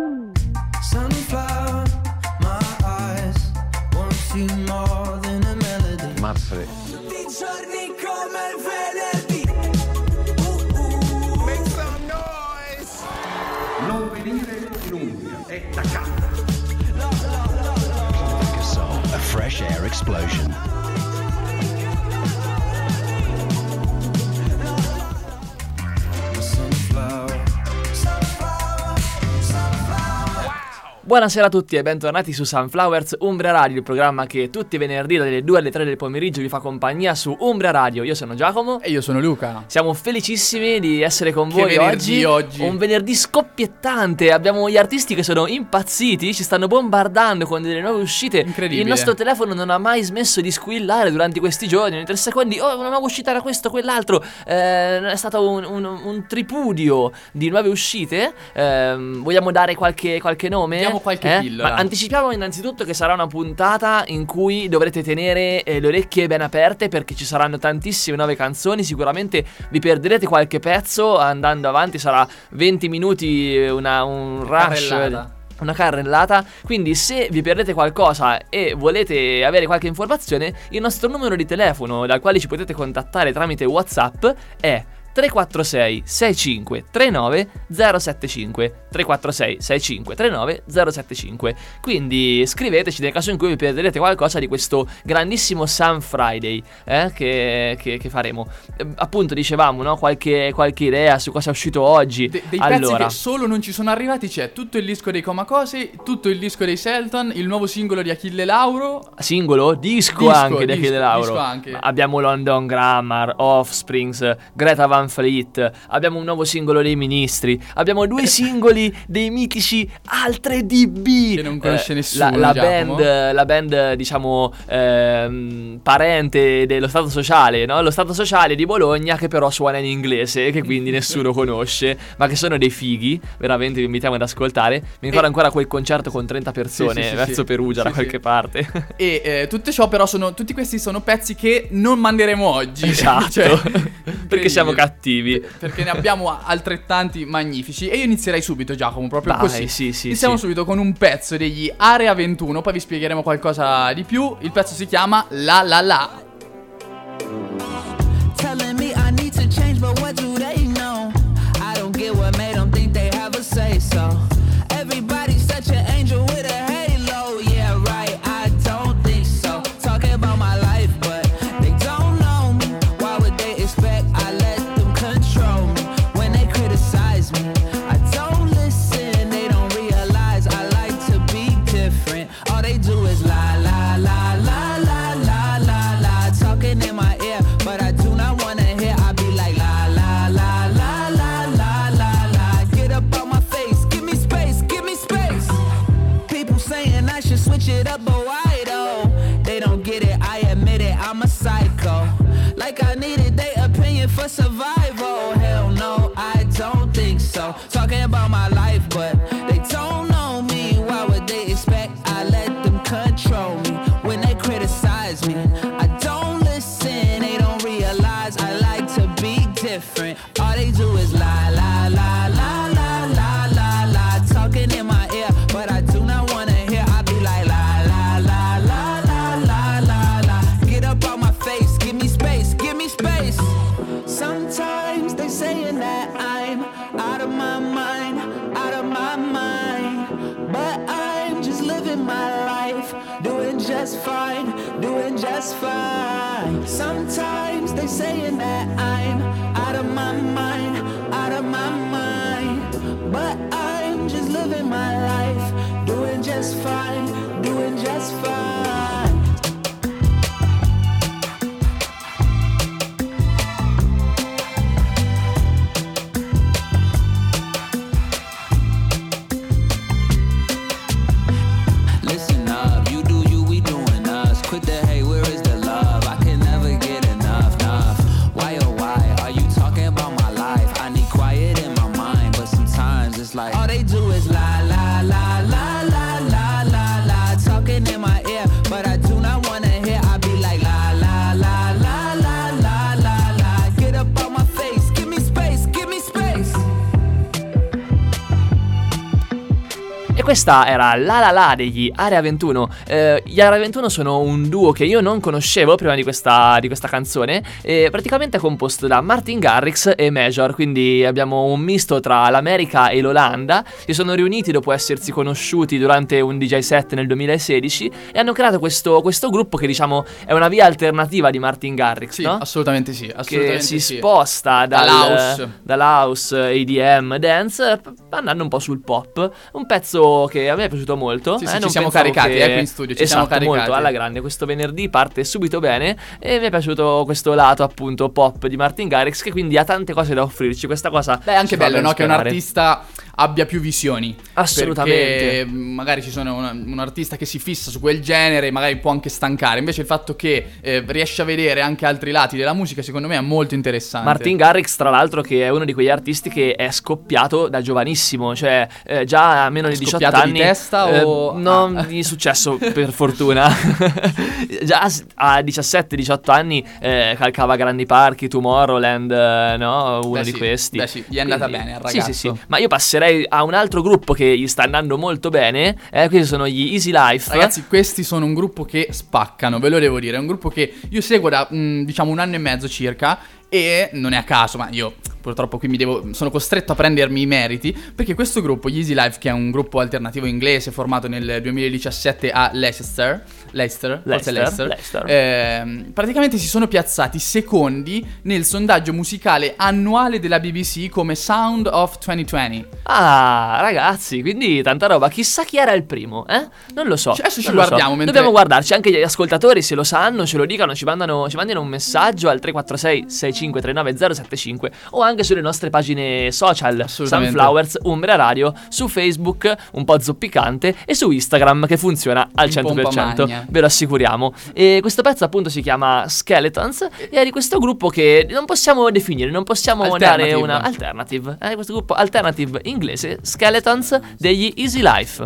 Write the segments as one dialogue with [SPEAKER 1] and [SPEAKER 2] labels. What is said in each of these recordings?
[SPEAKER 1] Sunflower, my eyes want you more than a melody.
[SPEAKER 2] Marfre.
[SPEAKER 1] Tutti i giorni come il venerdì.
[SPEAKER 2] Make some noise. Non venire in Umbria, è da casa.
[SPEAKER 3] A fresh air explosion.
[SPEAKER 4] Buonasera a tutti e bentornati su Sunflowers Umbria Radio, il programma che tutti i venerdì dalle 2 alle 3 del pomeriggio vi fa compagnia su Umbria Radio. Io sono Giacomo
[SPEAKER 5] e io sono Luca.
[SPEAKER 4] Siamo felicissimi di essere con voi oggi. Un venerdì scoppiettante. Abbiamo gli artisti che sono impazziti, ci stanno bombardando con delle nuove uscite.
[SPEAKER 5] Incredibile.
[SPEAKER 4] Il nostro telefono non ha mai smesso di squillare durante questi giorni. Ogni 3 secondi, oh, una nuova uscita era questo, quell'altro. È stato un tripudio di nuove uscite. Vogliamo dare qualche nome?
[SPEAKER 5] Qualche pillola.
[SPEAKER 4] Ma anticipiamo innanzitutto che sarà una puntata in cui dovrete tenere le orecchie ben aperte, perché ci saranno tantissime nuove canzoni. Sicuramente vi perderete qualche pezzo andando avanti. Sarà 20 minuti un rush, una carrellata. Quindi se vi perdete qualcosa e volete avere qualche informazione, il nostro numero di telefono dal quale ci potete contattare tramite WhatsApp è 346 65 39 075 346 65 39 075. Quindi scriveteci nel caso in cui vi perderete qualcosa di questo grandissimo Sun Friday che faremo. Appunto dicevamo, no? Qualche idea su cosa è uscito oggi.
[SPEAKER 5] Dei pezzi che solo non ci sono arrivati. C'è tutto il disco dei Comacose, tutto il disco dei Selton, il nuovo singolo di Achille Lauro.
[SPEAKER 4] Disco anche di Achille Lauro. Abbiamo London Grammar, Offsprings, Greta Van Fleet, abbiamo un nuovo singolo dei Ministri, abbiamo 2 singoli dei mitici Altre DB
[SPEAKER 5] che non conosce nessuno.
[SPEAKER 4] La band diciamo parente dello Stato Sociale, no? Lo Stato Sociale di Bologna, che però suona in inglese, che quindi nessuno conosce, ma che sono dei fighi, veramente vi invitiamo ad ascoltare. Mi ricordo ancora quel concerto con 30 persone verso Perugia da qualche parte.
[SPEAKER 5] E tutto ciò però tutti questi sono pezzi che non manderemo oggi.
[SPEAKER 4] Esatto. Perché siamo cattivi.
[SPEAKER 5] Perché ne abbiamo altrettanti magnifici. E io inizierei subito, Giacomo, proprio così. Iniziamo subito con un pezzo degli Area 21. Poi vi spiegheremo qualcosa di più. Il pezzo si chiama La La La.
[SPEAKER 1] Telling me I need to change, but what do they know? I don't get what made them think they have a say so. Everybody's such an angel with a halo. Yeah, right, I don't think so. Talking about my life, but they don't know me. Why would they expect I let them control me? When they criticize me, I don't listen. They don't realize I like to be different. All they do is lie, lie, lie, lie, lie, lie, lie, lie. Talking in my ear, but I do not wanna hear. I be like la la la la la la la la. Get up on my face, give me space, give me space. People saying I should switch it up, but why though? They don't get it, I admit it, I'm a psycho. Like I needed their opinion for survival. Hell no, I don't think so. Talking about my life, but they don't know me. Why would they expect I let them control me? When they criticize me, I don't listen. They don't realize I like to be different. All they do is lie, lie, lie, lie, lie, lie, lie, lie. Talking in my ear, but I do not wanna hear. I be like la, la, la, la, la, la, la, la. Get up on my face, give me space, give me space. Sometimes they saying that I'm out of my mind, out of my mind. But I'm just living my life, doing just fine, doing just fine. Sometimes they saying that I'm out of my mind, out of my mind. But I'm just living my life, doing just fine, doing just fine. Listen up, you do you, we doing us. Quit the hate, where is the love? I can never get enough, enough. Why oh why are you talking about my life? I need quiet in my mind, but sometimes it's like all they do is lie, lie, lie, lie, lie, lie, lie, lie. Talking in my ear, but I do not wanna hear. I be like la, la, la, la, la, la, la, la. Get up on my face, give me space, give me space.
[SPEAKER 4] E questa era La La La degli Area 21. Gli Area 21 sono un duo che io non conoscevo prima di questa canzone, e praticamente è composto da Martin Garrix e Major, quindi abbiamo un misto tra l'America e l'Olanda. Si sono riuniti dopo essersi conosciuti durante un DJ set nel 2016 e hanno creato questo gruppo che diciamo è una via alternativa di Martin Garrix,
[SPEAKER 5] sì,
[SPEAKER 4] no?
[SPEAKER 5] Assolutamente sì, assolutamente
[SPEAKER 4] che si sposta dall'house, EDM, dance, andando un po' sul pop. Un pezzo che a me è piaciuto molto.
[SPEAKER 5] Sì, ci siamo caricati qui in studio, ci siamo caricati
[SPEAKER 4] molto alla grande. Questo venerdì parte subito bene e mi è piaciuto questo lato appunto pop di Martin Garrix, che quindi ha tante cose da offrirci. Questa cosa
[SPEAKER 5] è anche bello, no? Che un artista abbia più visioni.
[SPEAKER 4] Assolutamente.
[SPEAKER 5] Perché magari ci sono un artista che si fissa su quel genere, magari può anche stancare. Invece il fatto che riesce a vedere anche altri lati della musica, secondo me è molto interessante.
[SPEAKER 4] Martin Garrix, tra l'altro, che è uno di quegli artisti che è scoppiato da giovanissimo, cioè già a meno di 18 anni.
[SPEAKER 5] Di testa o
[SPEAKER 4] non di successo per fortuna. Già a 17-18 anni calcava grandi parchi, Tomorrowland, no? Uno di questi.
[SPEAKER 5] Beh sì, gli è andata bene al ragazzo.
[SPEAKER 4] Sì. Ma io passerei a un altro gruppo che gli sta andando molto bene. Questi sono gli Easy Life.
[SPEAKER 5] Ragazzi, questi sono un gruppo che spaccano, ve lo devo dire. È un gruppo che io seguo da diciamo un anno e mezzo circa. E non è a caso, ma io purtroppo qui sono costretto a prendermi i meriti, perché questo gruppo, gli Easy Life, che è un gruppo alternativo inglese formato nel 2017 a Leicester, praticamente si sono piazzati secondi nel sondaggio musicale annuale della BBC come Sound of 2020.
[SPEAKER 4] Ah, ragazzi, quindi tanta roba. Chissà chi era il primo, Non lo so.
[SPEAKER 5] Adesso ci guardiamo.
[SPEAKER 4] So. Dobbiamo guardarci, anche gli ascoltatori, se lo sanno, ce lo dicano, ci mandino un messaggio al 346 65 39 075 o anche sulle nostre pagine social, Sunflowers Umbria Radio, su Facebook un po' zoppicante e su Instagram che funziona al 100%, ve lo assicuriamo. E questo pezzo appunto si chiama Skeletons e è di questo gruppo che non possiamo definire, non possiamo dare una alternative. È questo gruppo alternative inglese, Skeletons degli Easy Life.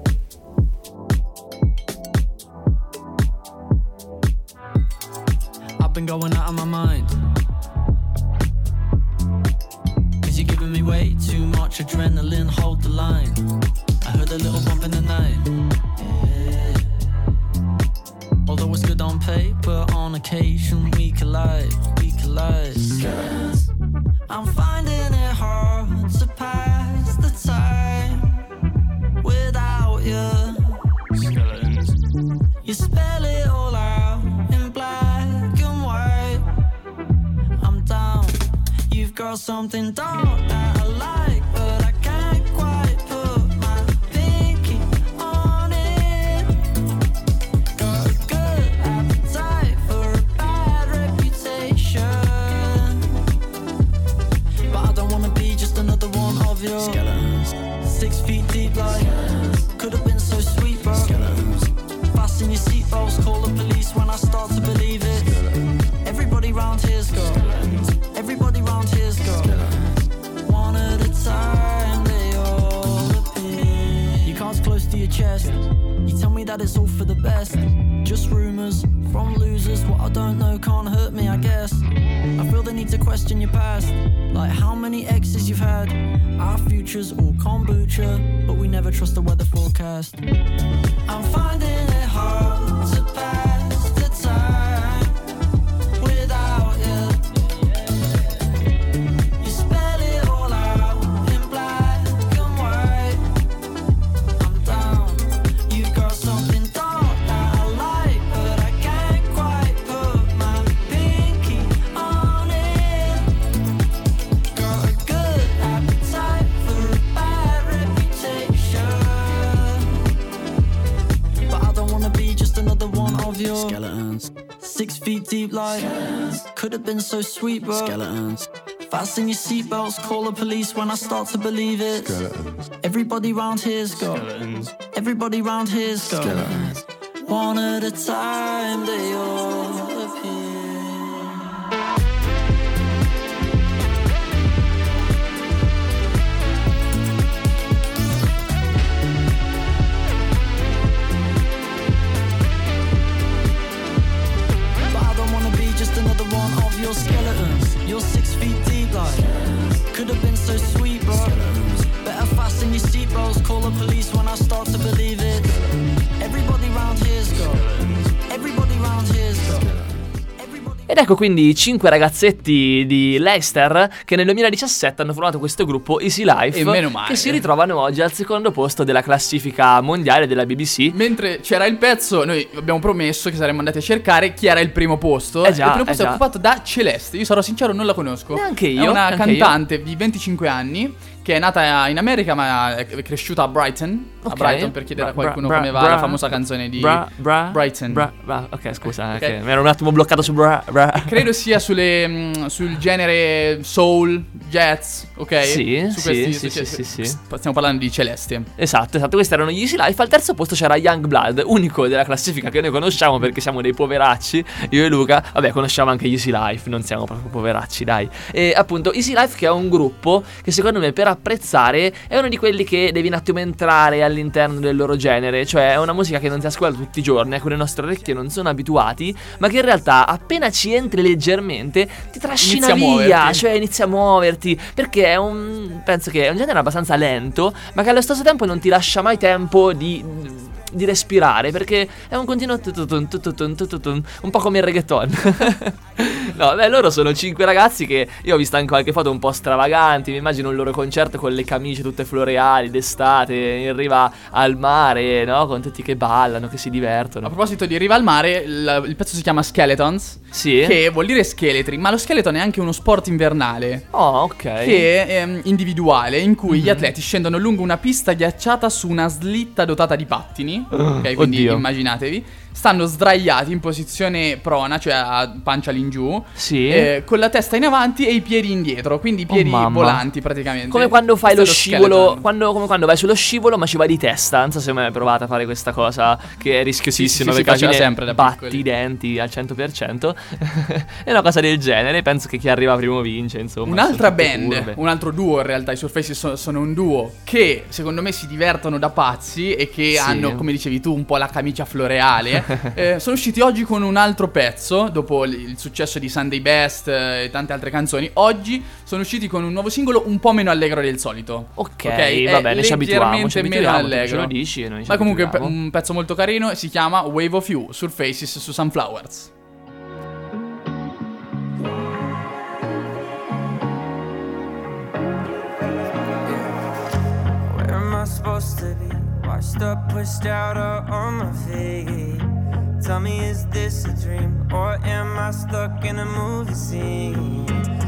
[SPEAKER 6] I've been going out of my mind. You're giving me way too much adrenaline, hold the line. I heard a little bump in the night, yeah. Although it's good on paper, on occasion we collide. I'm finding it hard to pass the time without you. Skeletons. You spell it all out in black and white. I'm down. You've got something dark that I like, but I can't quite put my pinky on it. Got a good appetite for a bad reputation, but I don't wanna be just another one of your skeletons. 6 feet deep like could have been so sweet, bro. Skeletons. Fasten your seatbelts, call the police when I start to believe it. Everybody round here's got everybody round here's got one at a time, they all appear. Your cards close to your chest, you tell me that it's all for the best. Just rumors from losers, what I don't know can't hurt me, I guess. I feel the need to question your past, like how many exes you've had. Our future's all kombucha, but we never trust the weather forecast. I'm finding it hard to pass the time without you. You spell it all out in black and white. I'm down. You've got something dark that I like, but I can't quite put my pinky on it. Got a good appetite for a bad reputation, but I don't wanna be just another one of your skeletons. 6 feet deep like could have been so sweet, bro. Skeletons. Fasten your seatbelts, call the police when I start to believe it. Skeletons. Everybody round here's got skeletons. Everybody round here's got skeletons. One at a time they all appear. Another one of your skeletons. You're 6 feet deep like could have been so sweet, bro. Better fasten your seatbelts, call the police when I
[SPEAKER 4] Ed ecco quindi 5 ragazzetti di Leicester che nel 2017 hanno formato questo gruppo Easy Life,
[SPEAKER 5] E meno male.
[SPEAKER 4] che si ritrovano oggi al secondo posto della classifica mondiale della BBC.
[SPEAKER 5] Mentre c'era il pezzo, noi abbiamo promesso che saremmo andati a cercare chi era il primo posto.
[SPEAKER 4] Eh già,
[SPEAKER 5] il primo posto
[SPEAKER 4] eh
[SPEAKER 5] è
[SPEAKER 4] già.
[SPEAKER 5] occupato da Celeste. Io sarò sincero, non la conosco.
[SPEAKER 4] Neanche io,
[SPEAKER 5] È una
[SPEAKER 4] neanche io.
[SPEAKER 5] cantante di 25 anni che è nata in America ma è cresciuta a Brighton.
[SPEAKER 4] Ok.
[SPEAKER 5] A Brighton, per chiedere a qualcuno come va la famosa canzone di Brighton.
[SPEAKER 4] Ok, scusa,
[SPEAKER 5] Ok.
[SPEAKER 4] che mi ero un attimo bloccato su bra.
[SPEAKER 5] Credo sia sul genere soul, jazz, ok?
[SPEAKER 4] Sì,
[SPEAKER 5] Su
[SPEAKER 4] sì,
[SPEAKER 5] questi,
[SPEAKER 4] sì.
[SPEAKER 5] Stiamo parlando di Celeste.
[SPEAKER 4] Esatto, questi erano gli Easy Life. Al terzo posto c'era Youngblood, unico della classifica che noi conosciamo perché siamo dei poveracci, io e Luca. Vabbè, conosciamo anche gli Easy Life, non siamo proprio poveracci, dai. E appunto Easy Life, che è un gruppo che secondo me per apprezzare è uno di quelli che devi un attimo entrare all'interno del loro genere. Cioè è una musica che non si ascolta tutti i giorni, a cui le nostre orecchie non sono abituati, ma che in realtà appena ci entri leggermente ti trascina
[SPEAKER 5] Inizia a
[SPEAKER 4] via.
[SPEAKER 5] muoverti.
[SPEAKER 4] Cioè inizia a muoverti, perché penso che è un genere abbastanza lento, ma che allo stesso tempo non ti lascia mai tempo di respirare, perché è un continuo un po' come il reggaeton. No, beh, loro sono 5 ragazzi che io ho visto anche qualche foto un po' stravaganti. Mi immagino il loro concerto con le camicie tutte floreali d'estate in riva al mare, no? Con tutti che ballano, che si
[SPEAKER 5] A
[SPEAKER 4] divertono.
[SPEAKER 5] proposito di Riva al Mare, il pezzo si chiama Skeletons,
[SPEAKER 4] Sì.
[SPEAKER 5] che vuol dire scheletri, ma lo skeleton è anche uno sport invernale.
[SPEAKER 4] Oh, ok.
[SPEAKER 5] Che è individuale, in cui gli atleti scendono lungo una pista ghiacciata su una slitta dotata di pattini. Ok, quindi
[SPEAKER 4] oddio.
[SPEAKER 5] immaginatevi. Stanno sdraiati in posizione prona, cioè a pancia all'ingiù,
[SPEAKER 4] Sì.
[SPEAKER 5] con la testa in avanti e i piedi indietro, quindi i piedi
[SPEAKER 4] mamma.
[SPEAKER 5] volanti praticamente.
[SPEAKER 4] Come quando fai
[SPEAKER 5] Questo
[SPEAKER 4] lo
[SPEAKER 5] è
[SPEAKER 4] scivolo,
[SPEAKER 5] skeleton.
[SPEAKER 4] come quando vai sullo scivolo ma ci vai di testa. Non so se mai hai provato a fare questa cosa, che è rischiosissima,
[SPEAKER 5] Sì, si
[SPEAKER 4] perché alla
[SPEAKER 5] faceva
[SPEAKER 4] fine
[SPEAKER 5] sempre da
[SPEAKER 4] batti
[SPEAKER 5] piccoli.
[SPEAKER 4] i denti al 100%. È una cosa del genere, penso che chi arriva primo vince, insomma.
[SPEAKER 5] Un'altra
[SPEAKER 4] sono tutte
[SPEAKER 5] band,
[SPEAKER 4] curve.
[SPEAKER 5] un altro duo in realtà, i Surfaces sono un duo che secondo me si divertono da pazzi e che
[SPEAKER 4] Sì.
[SPEAKER 5] hanno, come dicevi tu, un po' la camicia floreale. Sono usciti oggi con un altro pezzo, dopo il successo di Sunday Best e tante altre canzoni. Oggi sono usciti con un nuovo singolo un po' meno allegro del solito.
[SPEAKER 4] Ok,
[SPEAKER 5] È
[SPEAKER 4] va bene, ci abituiamo,
[SPEAKER 5] leggermente meno
[SPEAKER 4] tu ce
[SPEAKER 5] allegro.
[SPEAKER 4] lo dici e noi ci
[SPEAKER 5] Ma comunque
[SPEAKER 4] abituiamo.
[SPEAKER 5] un pezzo molto carino, si chiama Wave of You, Surfaces su Sunflowers.
[SPEAKER 7] Where am I supposed to be? Washed up, pushed out, or on my feet? Tell me, is this a dream? Or am I stuck in a movie scene?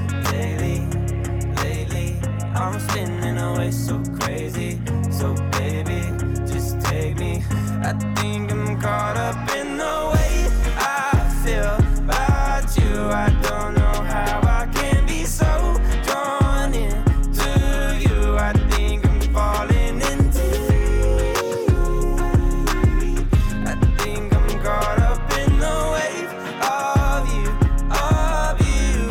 [SPEAKER 7] Lately, I'm spinning away so crazy. So baby, just take me. I think I'm caught up in the way I feel about you. I don't know how I can be so drawn into you. I think I'm falling into you. I think I'm caught up in the wave of you, of you.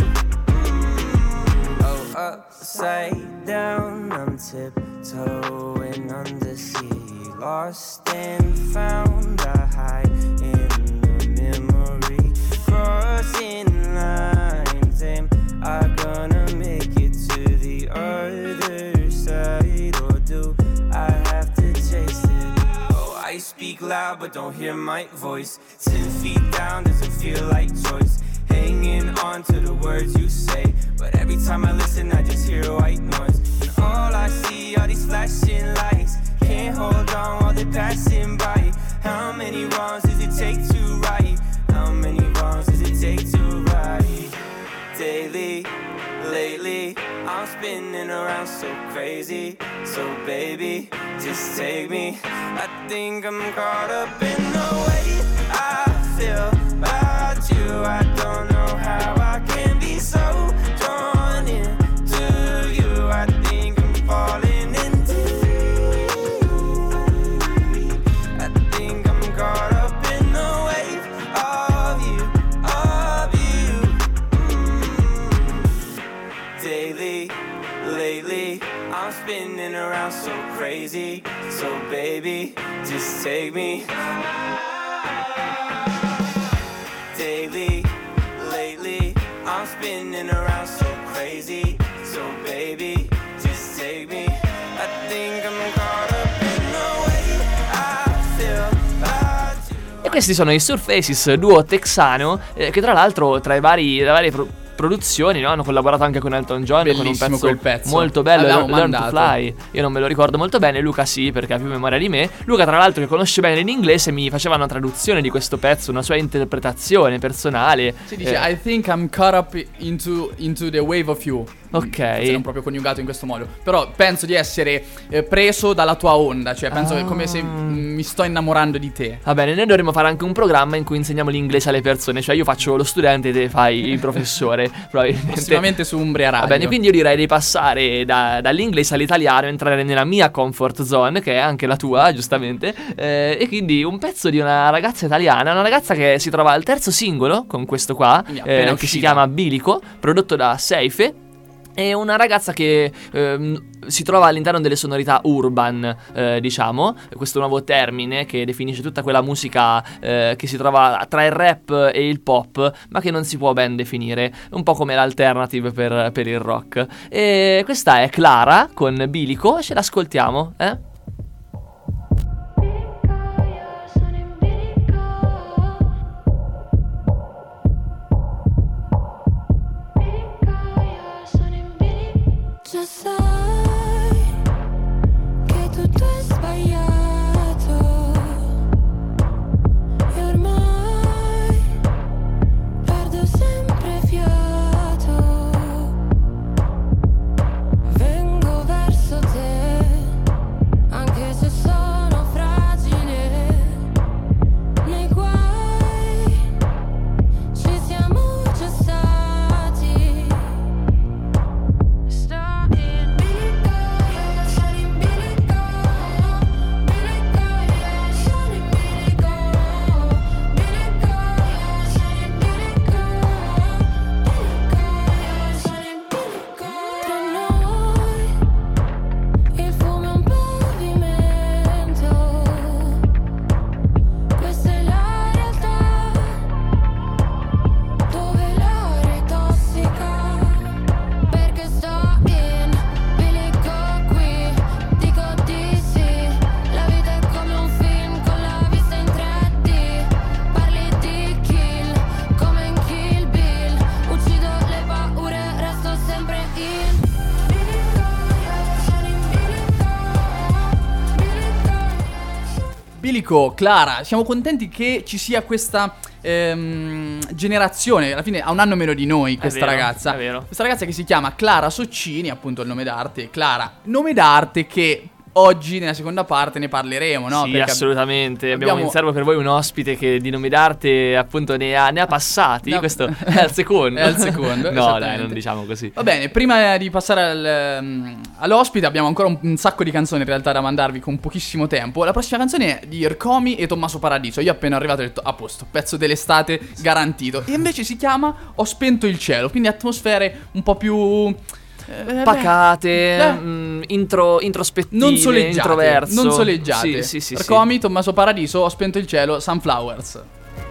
[SPEAKER 7] Oh, upside down, I'm tiptoeing under sea. Lost and found, I hide in the memory. Crossing lines, am I gonna make it to the other side? Or do I have to chase it? Oh, I speak loud but don't hear my voice. 10 feet down doesn't feel like choice. Hanging on to the words you say, but every time I listen I just hear white noise. And all I see are these flashing lights. Can't hold on while they're passing by. How many wrongs does it take to right? How many wrongs does it take to right? Daily, lately, I'm spinning around so crazy. So baby, just take me. I think I'm caught up in the way I feel about you. I don't know how I can be so drawn into you. I think I'm falling into you. I think I'm caught up in the wave of you, of you. Daily, lately, I'm spinning around so crazy. So baby, just take me. Daily, lately, I'm spinning around so crazy. So baby, just take me. I think I'm caught up in the way I feel about you.
[SPEAKER 4] E questi sono i Surfaces, duo texano, che tra l'altro tra le varie produzioni, no? Hanno collaborato anche con Elton John.
[SPEAKER 5] Bellissimo
[SPEAKER 4] con un pezzo,
[SPEAKER 5] quel pezzo.
[SPEAKER 4] molto bello,
[SPEAKER 5] L'abbiamo
[SPEAKER 4] Learn to
[SPEAKER 5] mandato.
[SPEAKER 4] Fly. Io non me lo ricordo molto bene, Luca sì, perché ha più memoria di me. Luca tra l'altro, che conosce bene l'inglese, mi faceva una traduzione di questo pezzo, una sua interpretazione personale.
[SPEAKER 5] Si dice I think I'm caught up into the wave of you.
[SPEAKER 4] Ok.
[SPEAKER 5] Forse non proprio coniugato in questo modo, però penso di essere preso dalla tua onda. Cioè penso che è come se mi sto innamorando di te.
[SPEAKER 4] Va bene, noi dovremmo fare anche un programma in cui insegniamo l'inglese alle persone. Cioè io faccio lo studente e te fai il professore. Probabilmente.
[SPEAKER 5] Prossimamente su Umbria Radio.
[SPEAKER 4] Va bene, quindi io direi di passare dall'inglese all'italiano, entrare nella mia comfort zone, che è anche la tua, giustamente. E quindi un pezzo di una ragazza italiana, una ragazza che si trova al terzo singolo con questo qua,
[SPEAKER 5] Quindi appena
[SPEAKER 4] che
[SPEAKER 5] uscita.
[SPEAKER 4] si chiama Bilico, prodotto da Seife. È una ragazza che si trova all'interno delle sonorità urban, diciamo. Questo nuovo termine che definisce tutta quella musica che si trova tra il rap e il pop, ma che non si può ben definire, un po' come l'alternative per il rock. E questa è Clara con Bilico, ce l'ascoltiamo, eh?
[SPEAKER 8] Già sai che tutto è sbagliato e ormai perdo sempre fiato. Vengo verso te anche se sono fragile. Nei guai ci siamo già stati.
[SPEAKER 5] Bilico, Clara, siamo contenti che ci sia questa generazione. Alla fine ha un anno meno di noi questa
[SPEAKER 4] vero,
[SPEAKER 5] ragazza.
[SPEAKER 4] è vero.
[SPEAKER 5] Questa ragazza che si chiama Clara Soccini, appunto il nome d'arte. Clara, nome d'arte che oggi nella seconda parte ne parleremo, no?
[SPEAKER 4] Sì,
[SPEAKER 5] Perché
[SPEAKER 4] assolutamente. Abbiamo in serbo per voi un ospite che di nomi d'arte appunto ne ha passati. Questo è al secondo.
[SPEAKER 5] È al secondo.
[SPEAKER 4] No,
[SPEAKER 5] esattamente.
[SPEAKER 4] dai, non diciamo così.
[SPEAKER 5] Va bene, prima di passare all'ospite abbiamo ancora un sacco di canzoni in realtà da mandarvi con pochissimo tempo. La prossima canzone è di Ercomi e Tommaso Paradiso. Io appena arrivato ho detto a posto, pezzo dell'estate garantito. E invece si chiama Ho spento il cielo, quindi atmosfere un po' più
[SPEAKER 4] pacate, introspettive,
[SPEAKER 5] non soleggiate,
[SPEAKER 4] introverso.
[SPEAKER 5] non soleggiate.
[SPEAKER 4] Sì.
[SPEAKER 5] Ercomi, Tommaso Paradiso, Ho spento il cielo, Sunflowers.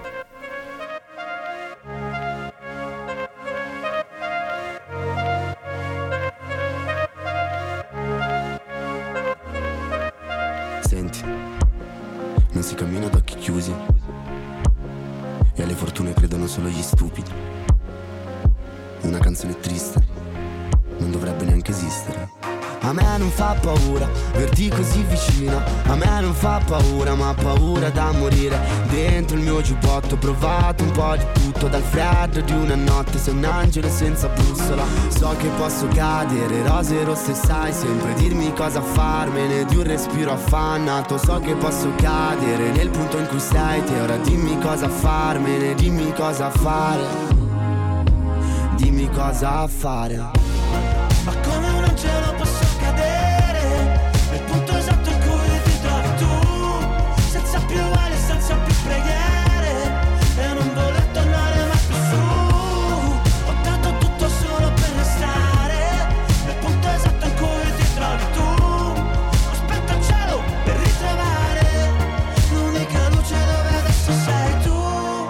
[SPEAKER 9] Senti, non si cammina ad occhi chiusi e alle fortune credono solo gli stupidi. Una canzone triste non dovrebbe neanche esistere. A me non fa paura verti così vicino, a me non fa paura, ma paura da morire. Dentro il mio giubbotto ho provato un po' di tutto, dal freddo di una notte sei un angelo senza bussola. So che posso cadere, rose rosse sai sempre dirmi cosa farmene di un respiro affannato. So che posso cadere nel punto in cui sei te, ora dimmi cosa farmene, dimmi cosa fare, dimmi cosa fare.
[SPEAKER 6] Ma come un angelo posso cadere nel punto esatto in cui ti trovi tu, senza più vale, senza più preghiere, e non voler tornare mai più su. Ho dato tutto solo per restare nel punto esatto in cui ti trovi tu. Ho spento il cielo per ritrovare l'unica luce dove adesso sei tu.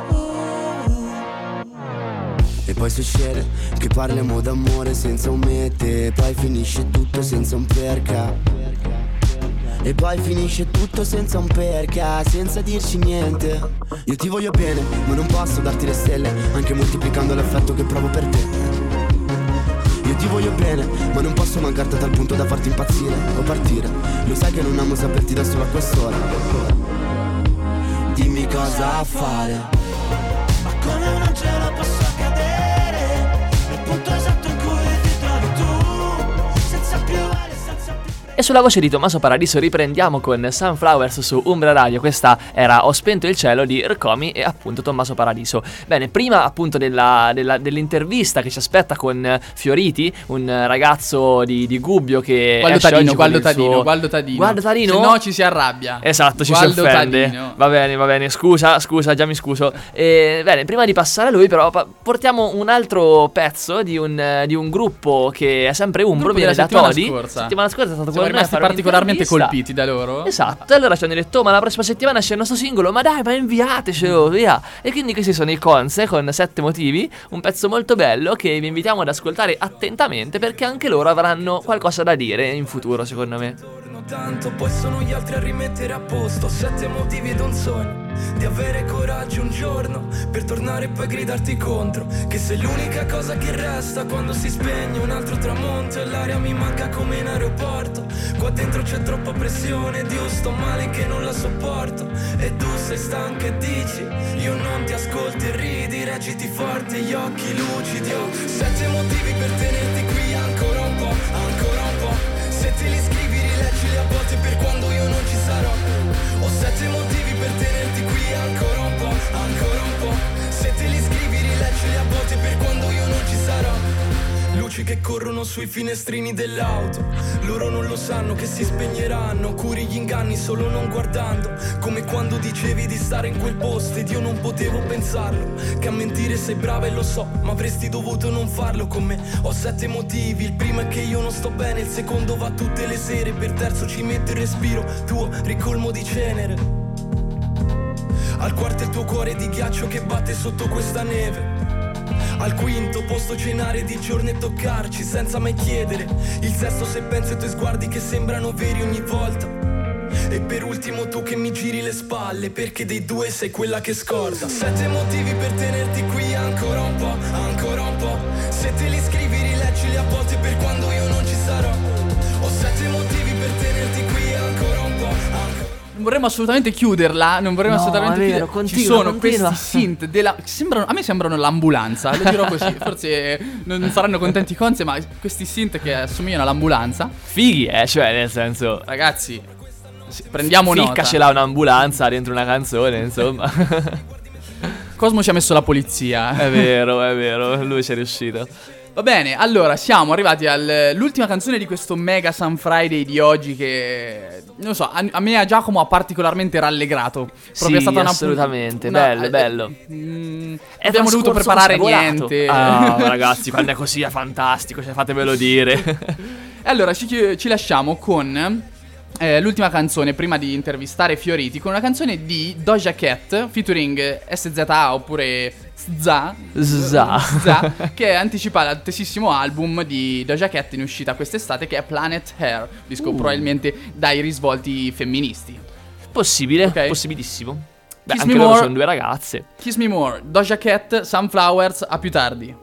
[SPEAKER 9] E poi succede che parliamo d'amore senza un mete, poi finisce tutto senza un perché. E poi finisce tutto senza un perché, senza dirci niente. Io ti voglio bene, ma non posso darti le stelle, anche moltiplicando l'affetto che provo per te. Io ti voglio bene, ma non posso mancarti a tal punto da farti impazzire o partire. Lo sai che non amo saperti da solo a quest'ora. Dimmi cosa fare.
[SPEAKER 6] Ma come un angelo posso cadere nel punto esatto in cui ti trovi tu, senza più ale, senza più.
[SPEAKER 4] E sulla voce di Tommaso Paradiso riprendiamo con Sunflowers su Umbra Radio. Questa era Ho spento il cielo di Rkomi e appunto Tommaso Paradiso. Bene, prima appunto dell'intervista che ci aspetta con Fioriti, un ragazzo di Gubbio che
[SPEAKER 5] Gualdo Tadino. Se no ci si arrabbia.
[SPEAKER 4] Esatto, ci
[SPEAKER 5] Gualdo
[SPEAKER 4] si offende.
[SPEAKER 5] Tadino.
[SPEAKER 4] Va bene, scusa, già mi scuso. Bene, prima di passare a lui però portiamo un altro pezzo di un gruppo che è sempre Umbro, viene da Todi. Settimana scorsa è stato
[SPEAKER 5] Siamo rimasti particolarmente colpiti da loro.
[SPEAKER 4] Esatto, e allora ci hanno detto ma la prossima settimana c'è il nostro singolo, ma dai, ma inviatecelo, via. E quindi questi sono i Conce con 7 motivi, un pezzo molto bello che vi invitiamo ad ascoltare attentamente perché anche loro avranno qualcosa da dire in futuro, secondo me.
[SPEAKER 10] Tanto poi sono gli altri a rimettere a posto 7 motivi ed un sogno di avere coraggio un giorno per tornare e poi gridarti contro, che sei l'unica cosa che resta quando si spegne un altro tramonto e l'aria mi manca come in aeroporto. Qua dentro c'è troppa pressione ed io sto male che non la sopporto. E tu sei stanca e dici io non ti ascolto e ridi, reggiti forte gli occhi lucidi. Ho 7 motivi per tenerti qui ancora un po', ancora un po'. Se te li scrivi rileggili a volte per quando io non ci sarò. Ho 7 motivi per tenerti qui ancora un po', ancora un po'. Se te li scrivi rileggili a volte per quando io non ci sarò. Luci che corrono sui finestrini dell'auto, loro non lo sanno che si spegneranno. Curi gli inganni solo non guardando, come quando dicevi di stare in quel posto ed io non potevo pensarlo. Che a mentire sei brava e lo so, ma avresti dovuto non farlo con me. Ho 7 motivi, il primo è che io non sto bene, il secondo va tutte le sere, per terzo ci metto il respiro tuo ricolmo di cenere. Al quarto il tuo cuore di ghiaccio che batte sotto questa neve. Al quinto posto cenare di giorno e toccarci senza mai chiedere. Il sesto se penso ai tuoi sguardi che sembrano veri ogni volta. E per ultimo tu che mi giri le spalle perché dei due sei quella che scorda. 7 motivi per tenerti qui ancora un po', ancora un po'. Se te li scrivi rileggili a volte per quando io non ci sarò. Ho 7 motivi per tenerti qui ancora un po', ancora.
[SPEAKER 5] Non vorremmo assolutamente chiuderla, non vorremmo assolutamente
[SPEAKER 4] chiuderla.
[SPEAKER 5] Ci sono questi synth a me sembrano l'ambulanza, lo dirò così. Forse non saranno contenti Conce, ma questi synth che assomigliano all'ambulanza.
[SPEAKER 4] Fighi, cioè nel senso,
[SPEAKER 5] ragazzi, prendiamo nota.
[SPEAKER 4] Ficca ce l'ha un'ambulanza dentro una canzone, insomma.
[SPEAKER 5] Cosmo ci ha messo la polizia.
[SPEAKER 4] È vero, lui ci è riuscito.
[SPEAKER 5] Va bene, allora siamo arrivati all'ultima canzone di questo mega Sun Friday di oggi che, non so, a me a Giacomo ha particolarmente rallegrato.
[SPEAKER 4] Sì, è stata assolutamente, bello.
[SPEAKER 5] Abbiamo dovuto preparare niente.
[SPEAKER 4] Ragazzi, quando è così è fantastico, cioè fatemelo dire.
[SPEAKER 5] E allora ci lasciamo con l'ultima canzone prima di intervistare Fioriti, con una canzone di Doja Cat featuring SZA oppure Zza, che è anticipata al testissimo album di Doja Cat in uscita quest'estate, che è Planet Hair, disco probabilmente dai risvolti femministi.
[SPEAKER 4] Possibile,
[SPEAKER 5] okay.
[SPEAKER 4] Possibilissimo. Beh,
[SPEAKER 5] Kiss
[SPEAKER 4] anche
[SPEAKER 5] Me
[SPEAKER 4] loro
[SPEAKER 5] More,
[SPEAKER 4] sono due ragazze.
[SPEAKER 5] Kiss Me More, Doja Cat, Sunflowers, a più tardi.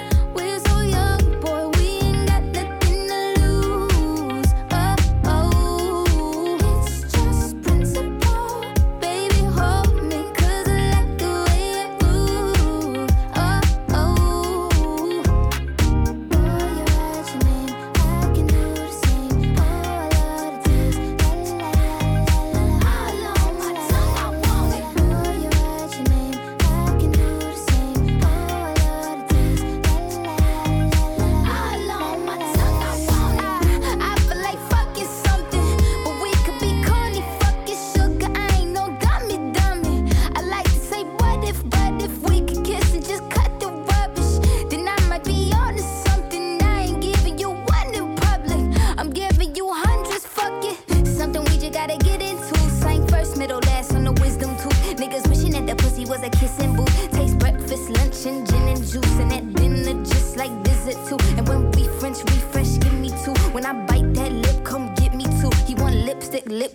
[SPEAKER 8] Oh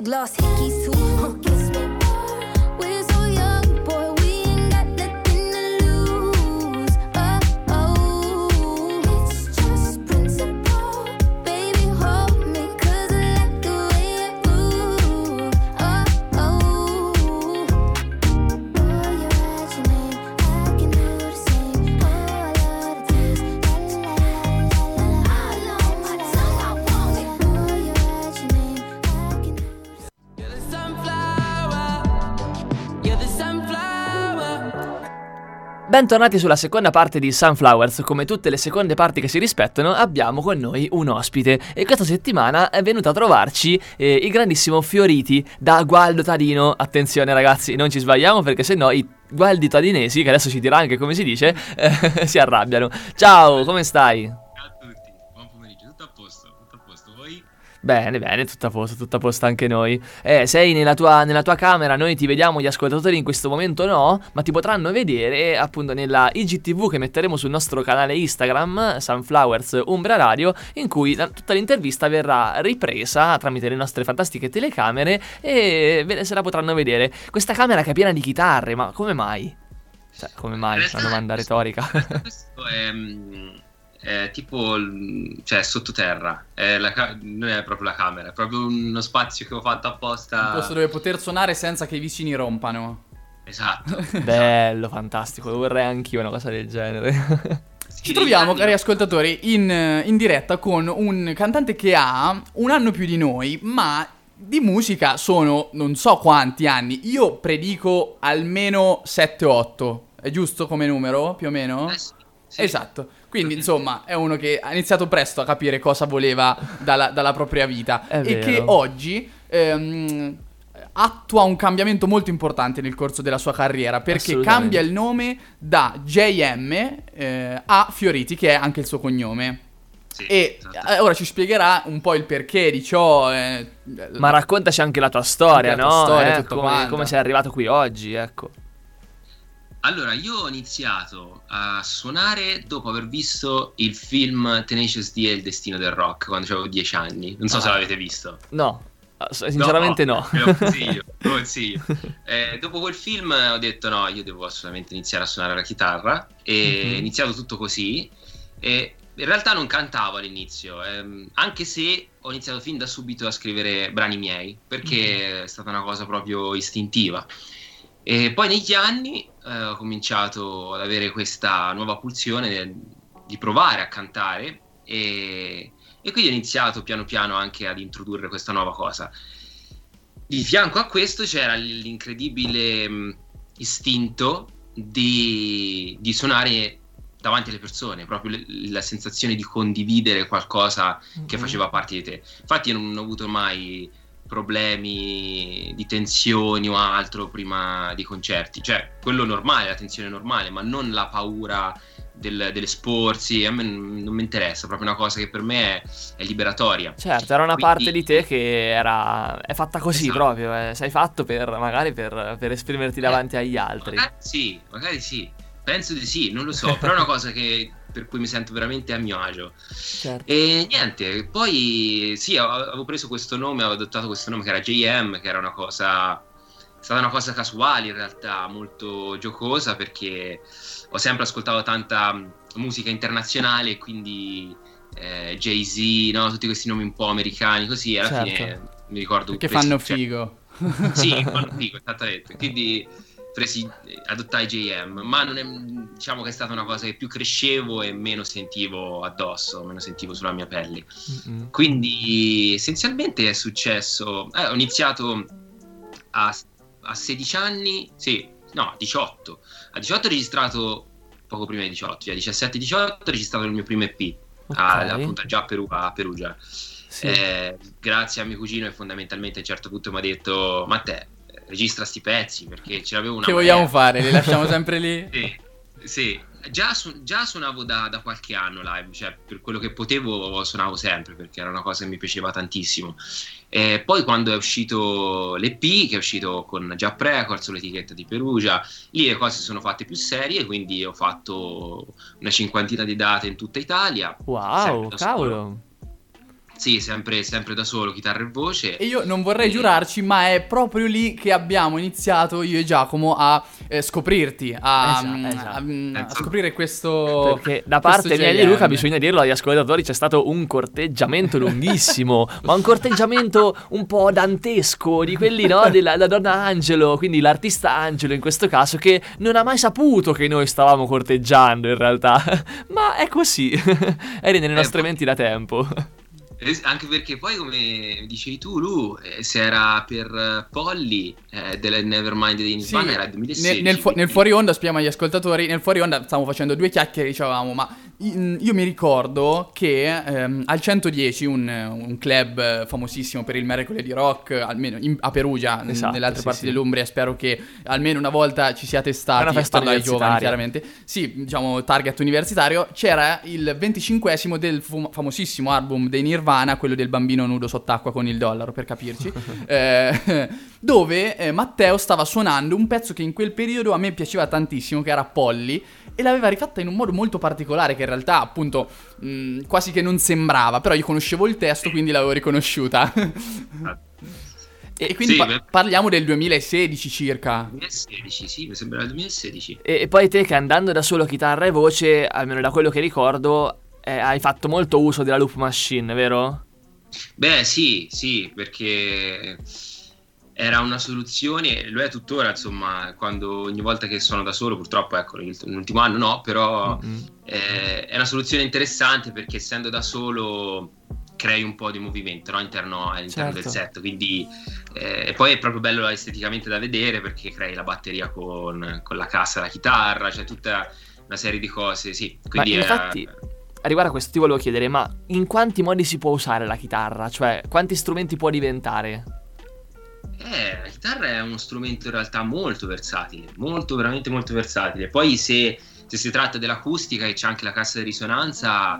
[SPEAKER 8] glass hickeys too. Kiss me more. We're so young, boy, we ain't got nothing to lose. Oh, it's just principle. Baby, hold me, 'cause I like the way you move. Oh, you write your name, I can do the same. Oh, I love the taste. La la la la la la. I know my tongue, I want it. Oh, you write your name, I can do the same.
[SPEAKER 1] You're the sunflower. You're the sunflower.
[SPEAKER 4] Bentornati sulla seconda parte di Sunflowers. Come tutte le seconde parti che si rispettano, abbiamo con noi un ospite e questa settimana è venuto a trovarci il grandissimo Fioriti da Gualdo Tadino. Attenzione ragazzi, non ci sbagliamo perché sennò i Gualdi tadinesi, che adesso ci dirà anche come si dice, si arrabbiano. Ciao, come stai?
[SPEAKER 11] Ciao a tutti, buon pomeriggio, tutto a posto, voi?
[SPEAKER 4] Bene, tutto a posto anche noi. Sei nella tua camera, noi ti vediamo, gli ascoltatori in questo momento no, ma ti potranno vedere appunto nella IGTV che metteremo sul nostro canale Instagram, Sunflowers Umbria Radio, in cui tutta l'intervista verrà ripresa tramite le nostre fantastiche telecamere e se la potranno vedere. Questa camera che è piena di chitarre, ma come mai? Cioè, come mai? Una domanda retorica.
[SPEAKER 11] Questo è tipo, cioè sottoterra, non è proprio la camera, è proprio uno spazio che ho fatto apposta.
[SPEAKER 5] Un posto dove poter suonare senza che i vicini rompano.
[SPEAKER 11] Esatto.
[SPEAKER 4] Bello, fantastico, vorrei anch'io una cosa del genere.
[SPEAKER 5] Ci troviamo, cari ascoltatori, in diretta con un cantante che ha un anno più di noi, ma di musica sono non so quanti anni. Io predico almeno 7-8. È giusto come numero, più o meno?
[SPEAKER 11] Sì.
[SPEAKER 5] Esatto. Quindi insomma è uno che ha iniziato presto a capire cosa voleva dalla propria vita e che oggi attua un cambiamento molto importante nel corso della sua carriera, perché cambia il nome da JM a Fioriti, che è anche il suo cognome. Sì, e esatto. Ora ci spiegherà un po' il perché di ciò.
[SPEAKER 4] Ma raccontaci anche la tua storia,
[SPEAKER 5] anche
[SPEAKER 4] no?
[SPEAKER 5] La tua storia, tutto
[SPEAKER 4] come sei arrivato qui oggi, ecco.
[SPEAKER 11] Allora, io ho iniziato a suonare dopo aver visto il film Tenacious D e il destino del rock, quando avevo 10 anni. Non so se l'avete visto.
[SPEAKER 4] No, sinceramente no.
[SPEAKER 11] Lo consiglio. Dopo quel film ho detto no, io devo assolutamente iniziare a suonare la chitarra. E è iniziato tutto così. E in realtà non cantavo all'inizio, anche se ho iniziato fin da subito a scrivere brani miei, perché è stata una cosa proprio istintiva. E poi negli anni ho cominciato ad avere questa nuova pulsione di provare a cantare e quindi ho iniziato piano piano anche ad introdurre questa nuova cosa. Di fianco a questo c'era l'incredibile istinto di suonare davanti alle persone, proprio la sensazione di condividere qualcosa che faceva parte di te. Infatti io non ho avuto mai problemi di tensioni o altro prima dei concerti, cioè quello normale, la tensione normale, ma non la paura dell'esporsi. A me non mi interessa, proprio una cosa che per me è liberatoria.
[SPEAKER 4] Certo, era una parte di te che è fatta così, esatto. Proprio sei fatto magari per esprimerti davanti agli altri.
[SPEAKER 11] Magari sì, penso di sì, non lo so, però è una cosa per cui mi sento veramente a mio agio. Certo. E niente, poi sì, avevo preso questo nome, avevo adottato questo nome che era JM, che era è stata una cosa casuale in realtà, molto giocosa, perché ho sempre ascoltato tanta musica internazionale e quindi Jay-Z, no? Tutti questi nomi un po' americani così, e alla fine mi ricordo
[SPEAKER 5] che fanno figo.
[SPEAKER 11] Sì, fanno figo, esattamente. Quindi adottai JM, ma non è, diciamo che è stata una cosa che più crescevo e meno sentivo addosso, meno sentivo sulla mia pelle. Quindi essenzialmente è successo, ho iniziato a 16 anni, 18. A 18 ho registrato, poco prima di 18, a 17-18 ho registrato il mio primo EP, appunto già a Perugia. Sì. Grazie a mio cugino che fondamentalmente a un certo punto mi ha detto: ma te registra sti pezzi, perché ce l'avevo una
[SPEAKER 5] che vogliamo fare, li lasciamo sempre lì?
[SPEAKER 11] Sì. Già suonavo da qualche anno live, cioè per quello che potevo suonavo sempre, perché era una cosa che mi piaceva tantissimo. E poi quando è uscito l'EP, che è uscito con Jap Records, l'etichetta di Perugia, lì le cose sono fatte più serie, quindi ho fatto una 50ina di date in tutta Italia.
[SPEAKER 4] Wow, cavolo!
[SPEAKER 11] Sì, sempre da solo, chitarra e voce.
[SPEAKER 5] E io non vorrei giurarci, ma è proprio lì che abbiamo iniziato io e Giacomo a scoprirti, a scoprire questo.
[SPEAKER 4] Perché da parte mia e di
[SPEAKER 5] JM.
[SPEAKER 4] Luca, bisogna dirlo agli ascoltatori, c'è stato un corteggiamento lunghissimo, ma un corteggiamento un po' dantesco, di quelli, no, della donna Angelo, quindi l'artista Angelo in questo caso, che non ha mai saputo che noi stavamo corteggiando in realtà, ma è così, eri nelle nostre menti da tempo.
[SPEAKER 11] Anche perché poi, come dicevi tu, Lu, se era per Polly della Nevermind di Nirvana, era il 2016.
[SPEAKER 5] Nel fuori onda, spieghiamo agli ascoltatori, nel fuori onda stavamo facendo due chiacchiere e dicevamo, ma io mi ricordo che al 110, un club famosissimo per il mercoledì rock, almeno a Perugia,
[SPEAKER 4] Esatto,
[SPEAKER 5] nelle altre
[SPEAKER 4] sì,
[SPEAKER 5] parti
[SPEAKER 4] sì.
[SPEAKER 5] dell'Umbria, spero che almeno una volta ci siate stati.
[SPEAKER 4] È una festa
[SPEAKER 5] per i giovani,
[SPEAKER 4] universitaria.
[SPEAKER 5] chiaramente. Sì, diciamo target universitario. C'era il 25esimo del famosissimo album dei Nirvana, quello del bambino nudo sott'acqua con il dollaro, per capirci, dove Matteo stava suonando un pezzo che in quel periodo a me piaceva tantissimo, che era Polly, e l'aveva rifatta in un modo molto particolare, che in realtà appunto quasi che non sembrava, però io conoscevo il testo, quindi l'avevo riconosciuta. E quindi
[SPEAKER 11] Sì,
[SPEAKER 5] parliamo del 2016 circa.
[SPEAKER 11] 2016, sì, mi sembra il 2016.
[SPEAKER 4] E poi te, che andando da solo chitarra e voce, almeno da quello che ricordo, hai fatto molto uso della loop machine, vero?
[SPEAKER 11] Beh, sì, perché era una soluzione, lo è tuttora, insomma, quando ogni volta che sono da solo, purtroppo, ecco, l'ultimo anno no, però è una soluzione interessante, perché essendo da solo crei un po' di movimento, no? all'interno
[SPEAKER 4] Certo.
[SPEAKER 11] del set, quindi e poi è proprio bello esteticamente da vedere, perché crei la batteria con la cassa, la chitarra, cioè tutta una serie di cose, sì. Quindi
[SPEAKER 4] Ma infatti, a riguardo a questo ti volevo chiedere, ma in quanti modi si può usare la chitarra? Cioè, quanti strumenti può diventare?
[SPEAKER 11] La chitarra è uno strumento in realtà molto versatile, veramente molto versatile. Poi se si tratta dell'acustica e c'è anche la cassa di risonanza,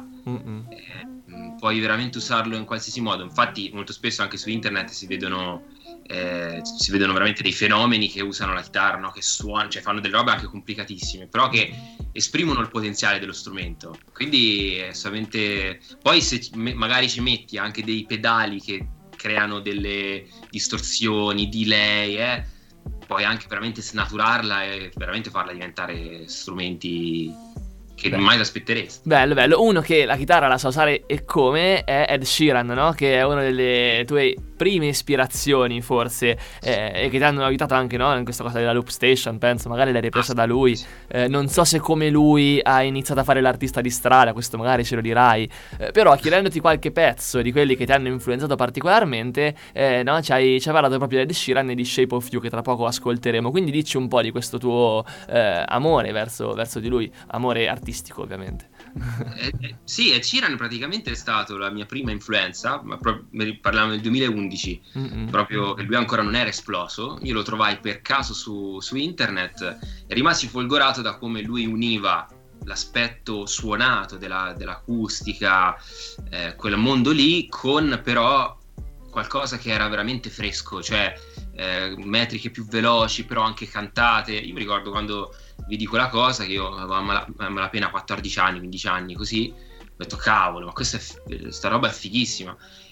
[SPEAKER 11] puoi veramente usarlo in qualsiasi modo. Infatti molto spesso anche su internet si vedono veramente dei fenomeni che usano la chitarra, no? Che suonano, cioè fanno delle robe anche complicatissime, però che esprimono il potenziale dello strumento. Quindi è solamente. Poi se magari ci metti anche dei pedali che creano delle distorsioni, delay, puoi anche veramente snaturarla e veramente farla diventare strumenti che mai ti aspetteresti.
[SPEAKER 4] Bello. Uno che la chitarra la sa usare e come è Ed Sheeran, no? Che è una delle tue prime ispirazioni, forse, e che ti hanno aiutato anche, no? In questa cosa della Loop Station, penso, magari l'hai ripresa da lui. Non so se come lui ha iniziato a fare l'artista di strada, questo magari ce lo dirai, però chiedendoti qualche pezzo di quelli che ti hanno influenzato particolarmente, no? Ci hai parlato proprio di Ed Sheeran e di Shape of You, che tra poco ascolteremo, quindi dici un po' di questo tuo amore verso di lui, amore artistico ovviamente.
[SPEAKER 11] Sì, Ed Sheeran praticamente è stato la mia prima influenza, ma parliamo del 2011, proprio che lui ancora non era esploso. Io lo trovai per caso su internet e rimasi folgorato da come lui univa l'aspetto suonato dell'acustica, quel mondo lì, con però qualcosa che era veramente fresco, cioè metriche più veloci, però anche cantate. Io mi ricordo quando vidi quella cosa, che io avevo malapena 14 anni, 15 anni, così ho detto cavolo, ma sta roba è fighissima.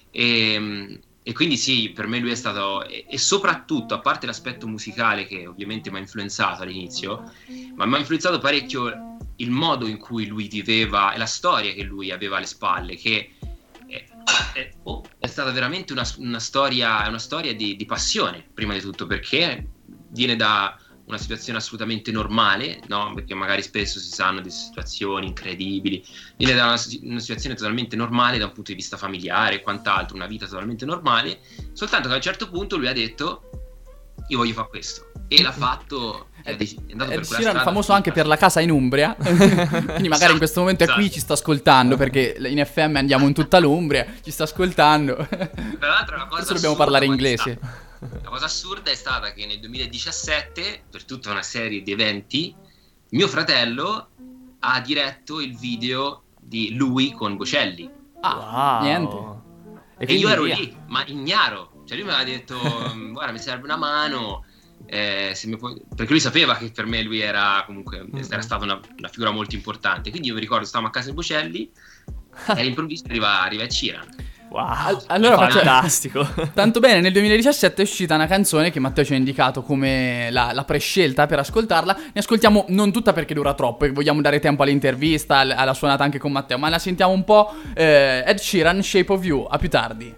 [SPEAKER 11] E quindi sì, per me lui è stato, e soprattutto, a parte l'aspetto musicale che ovviamente mi ha influenzato all'inizio, ma mi ha influenzato parecchio il modo in cui lui viveva e la storia che lui aveva alle spalle, che è stata veramente una storia di passione, prima di tutto, perché viene da una situazione assolutamente normale, no? Perché magari spesso si sanno di situazioni incredibili, viene da una situazione totalmente normale da un punto di vista familiare e quant'altro, una vita totalmente normale, soltanto che a un certo punto lui ha detto io voglio fare questo, e l'ha fatto. È andato per quella strada,
[SPEAKER 5] famoso anche per la casa in Umbria, quindi magari in questo momento è qui, ci sta ascoltando, perché in FM andiamo in tutta l'Umbria, ci sta ascoltando.
[SPEAKER 11] Tra l'altro una cosa
[SPEAKER 5] adesso dobbiamo parlare inglese.
[SPEAKER 11] La cosa assurda è stata che nel 2017, per tutta una serie di eventi, mio fratello ha diretto il video di lui con Bocelli.
[SPEAKER 4] Wow.
[SPEAKER 5] Niente.
[SPEAKER 11] E io ero lì, ma ignaro. Cioè lui mi aveva detto guarda, mi serve una mano, se mi puoi... perché lui sapeva che per me lui era comunque era stata una figura molto importante. Quindi io mi ricordo, stavamo a casa di Bocelli e all'improvviso arriva Ed Sheeran.
[SPEAKER 4] Wow,
[SPEAKER 5] allora
[SPEAKER 4] fantastico.
[SPEAKER 5] Tanto bene, nel 2017 è uscita una canzone che Matteo ci ha indicato come la prescelta per ascoltarla. Ne ascoltiamo non tutta perché dura troppo e vogliamo dare tempo all'intervista, alla suonata anche con Matteo, ma la sentiamo un po'. Ed Sheeran, Shape of You. A più tardi.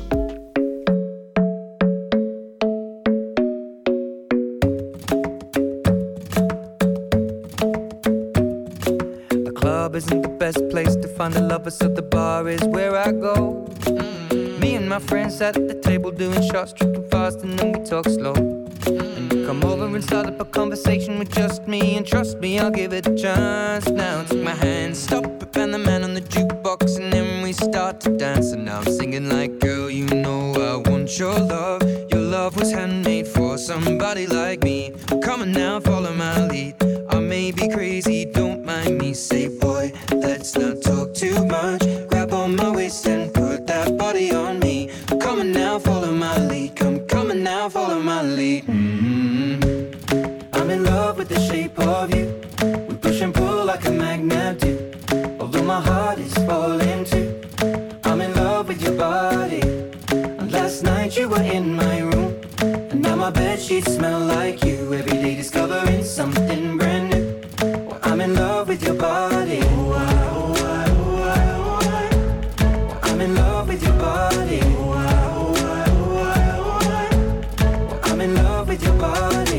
[SPEAKER 7] Club isn't the best place to find the lovers, so the bar is where I go. Me and my friends at the table doing shots, tripping fast, and then we talk slow. And you come over and start up a conversation with just me, and trust me, I'll give it a chance. Now take my hand, stop it, and the man on the jukebox, and then we start to dance. And now I'm singing like, girl, you know I want your love. Your love was handmade for somebody like me. Come on now, follow my lead. I may be crazy, don't mind me. Say, boy, let's not talk too much. Grab on my waist and put that body on me. Come on now, follow my lead. Come on now, follow my lead. I'm in love with the shape of you. We push and pull like a magnet do. Although my heart is falling too. I'm in love with your body. And last night you were in my room. And now my bedsheets smell like you. Every day discovering something brand new. Well, I'm in love with your body. I'm in love with your body. I'm in love with your body.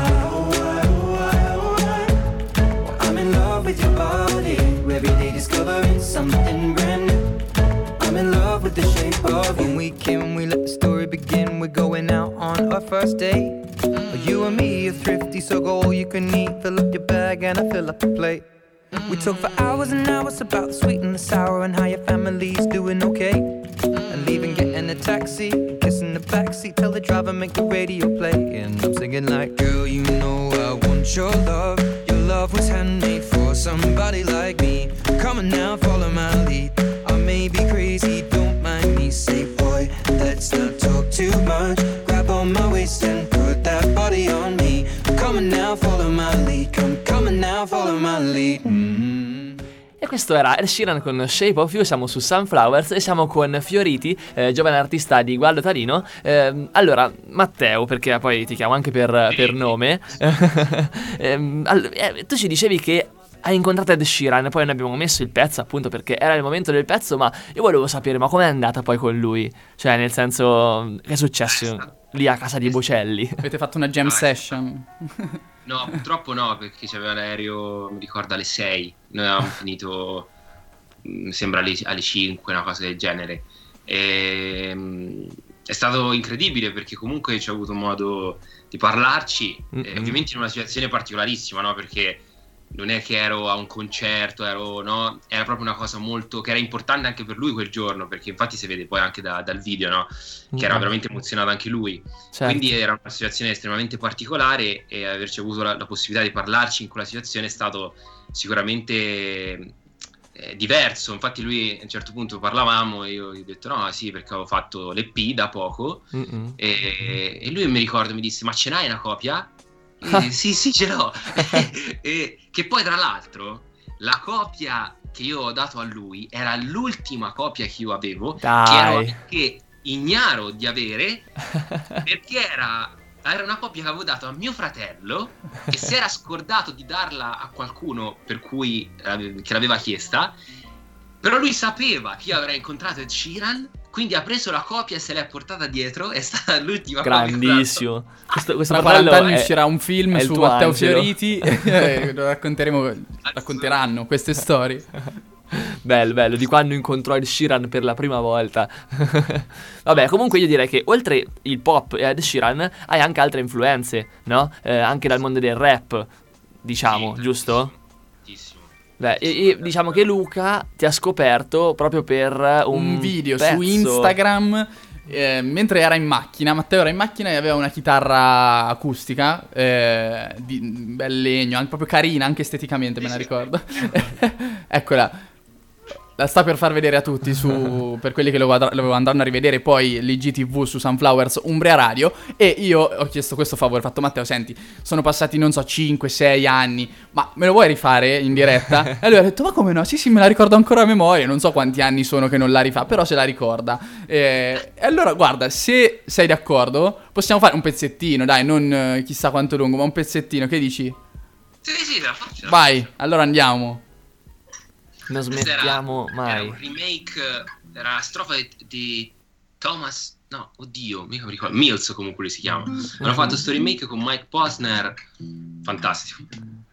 [SPEAKER 7] I'm in love with your body. Every day discovering something brand new. I'm in love with the shape of you. When we came, we let the story begin. We're going out on our first date. You and me are thrifty, so go all you can eat. Fill up your bag and I fill up the plate. We talk for hours and hours about the sweet and the sour and how your family's doing okay. And leaving, getting a taxi, kissing the backseat, tell the driver make the radio play. And I'm singing like, girl, you know I want your love. Your love was handmade for somebody like me. Come on now, follow my lead. I may be crazy, don't mind me. Say, boy, let's not talk too much. Grab on my waist and put that body on me. Come on now, follow my lead. Come on now, follow my lead.
[SPEAKER 4] E questo era Ed Sheeran con Shape of You. Siamo su Sunflowers e siamo con Fioriti, giovane artista di Gualdo Tarino. Allora, Matteo, perché poi ti chiamo anche per nome. Tu ci dicevi che hai incontrato Ed Sheeran, poi noi abbiamo messo il pezzo appunto perché era il momento del pezzo, ma io volevo sapere, ma com'è andata poi con lui? Cioè, nel senso, che è successo lì a casa di Bocelli?
[SPEAKER 5] Avete fatto una jam session?
[SPEAKER 11] No, purtroppo no, perché c'aveva l'aereo, mi ricordo, alle 6. Noi avevamo finito, mi sembra alle 5, una cosa del genere. È stato incredibile perché comunque ci ho avuto modo di parlarci, ovviamente in una situazione particolarissima, no? Perché non è che ero a un concerto, no? Era proprio una cosa molto, che era importante anche per lui quel giorno, perché infatti si vede poi anche dal video, no? Che era veramente emozionato anche lui.
[SPEAKER 4] Certo.
[SPEAKER 11] Quindi era una situazione estremamente particolare e averci avuto la possibilità di parlarci in quella situazione è stato sicuramente diverso. Infatti lui a un certo punto parlavamo e io gli ho detto no, sì, perché avevo fatto l'EP da poco e lui mi ricordo mi disse, ma ce n'hai una copia? Sì, ce l'ho. E che poi tra l'altro la copia che io ho dato a lui era l'ultima copia che io avevo,
[SPEAKER 4] Dai.
[SPEAKER 11] che ero anche ignaro di avere, perché era una copia che avevo dato a mio fratello, che si era scordato di darla a qualcuno per cui che l'aveva chiesta, però lui sapeva che io avrei incontrato Ed Sheeran, quindi ha preso la copia e se l'è portata dietro. È stata l'ultima
[SPEAKER 4] grandissimo.
[SPEAKER 11] copia.
[SPEAKER 4] Questo
[SPEAKER 5] Tra 40 anni
[SPEAKER 4] è,
[SPEAKER 5] uscirà un film
[SPEAKER 4] è il
[SPEAKER 5] su
[SPEAKER 4] tuo
[SPEAKER 5] Matteo
[SPEAKER 4] angelo.
[SPEAKER 5] Fioriti. Racconteranno queste storie.
[SPEAKER 4] Bello, di quando incontrò Ed Sheeran per la prima volta. Vabbè, comunque io direi che oltre il pop e Ed Sheeran hai anche altre influenze, no? Anche dal mondo del rap, diciamo, giusto? Beh, e diciamo che Luca ti ha scoperto proprio per un
[SPEAKER 5] video
[SPEAKER 4] pezzo.
[SPEAKER 5] su Instagram. Mentre era in macchina, Matteo era in macchina e aveva una chitarra acustica di bel legno, anche proprio carina, anche esteticamente, me la ricordo. Eccola. La sta per far vedere a tutti per quelli che lo andranno a rivedere poi l'IGTV su Sunflowers Umbria Radio. E io ho chiesto questo favore, ho fatto: Matteo, senti, sono passati non so 5-6 anni, ma me lo vuoi rifare in diretta? E lui ha detto: ma come no? Sì, me la ricordo ancora a memoria. Non so quanti anni sono che non la rifà, però se la ricorda. E allora guarda, se sei d'accordo possiamo fare un pezzettino, dai, non chissà quanto lungo, ma un pezzettino, che dici?
[SPEAKER 11] Sì, la faccio.
[SPEAKER 5] Vai, allora andiamo.
[SPEAKER 4] Non smettiamo mai.
[SPEAKER 11] Era un remake, era la strofa di Thomas, no, oddio, mica mi ricordo, Mills comunque lui si chiama. Hanno fatto sto remake con Mike Posner, fantastico.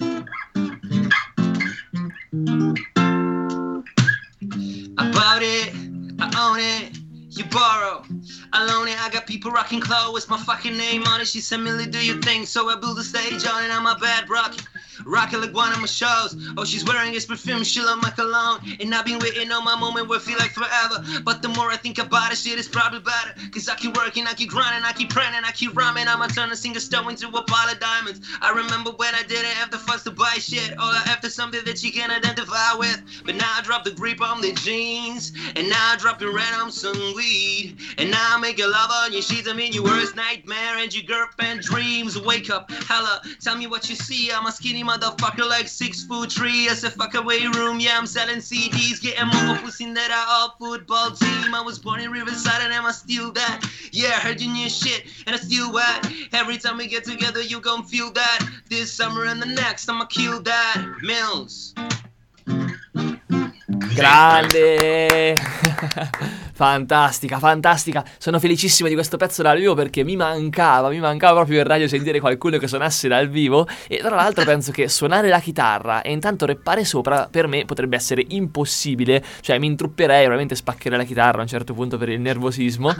[SPEAKER 11] About it, I own it, you borrow, I loan it, I got people rocking clothes with my fucking name on it. She said, Millie, do you think so? I build a stage on it, I'm a bad rockin' like one of my shows. Oh, she's wearing his perfume, she love my cologne. And I've been waiting on my moment where I feel like forever. But the more I think about it, shit is probably better. Cause I keep working, I keep grinding, I keep praying, I keep rhyming. I'ma turn a single stone into a pile of diamonds. I remember when I didn't have the funds to buy shit, or after something that you can identify with. But now I drop the grip on the jeans, and now I drop your red on some weed. And now I make your love on your sheets, I mean your worst nightmare and your girlfriend dreams. Wake up, hella, tell me what you see. I'm a skinny motherfucker like 6'3". I said fuck away room, yeah, I'm selling CDs, getting more pussy than that all football team. I was born in Riverside and I'm still that. Yeah, I heard your new shit and I still wet. Every time we get together you gon' feel that. This summer and the next I'ma kill that. Mills.
[SPEAKER 4] Grande. Fantastica. Sono felicissimo di questo pezzo dal vivo perché mi mancava proprio in radio sentire qualcuno che suonasse dal vivo. E tra l'altro penso che suonare la chitarra e intanto rappare sopra per me potrebbe essere impossibile. Cioè mi intrupperei, probabilmente spaccherei la chitarra a un certo punto per il nervosismo.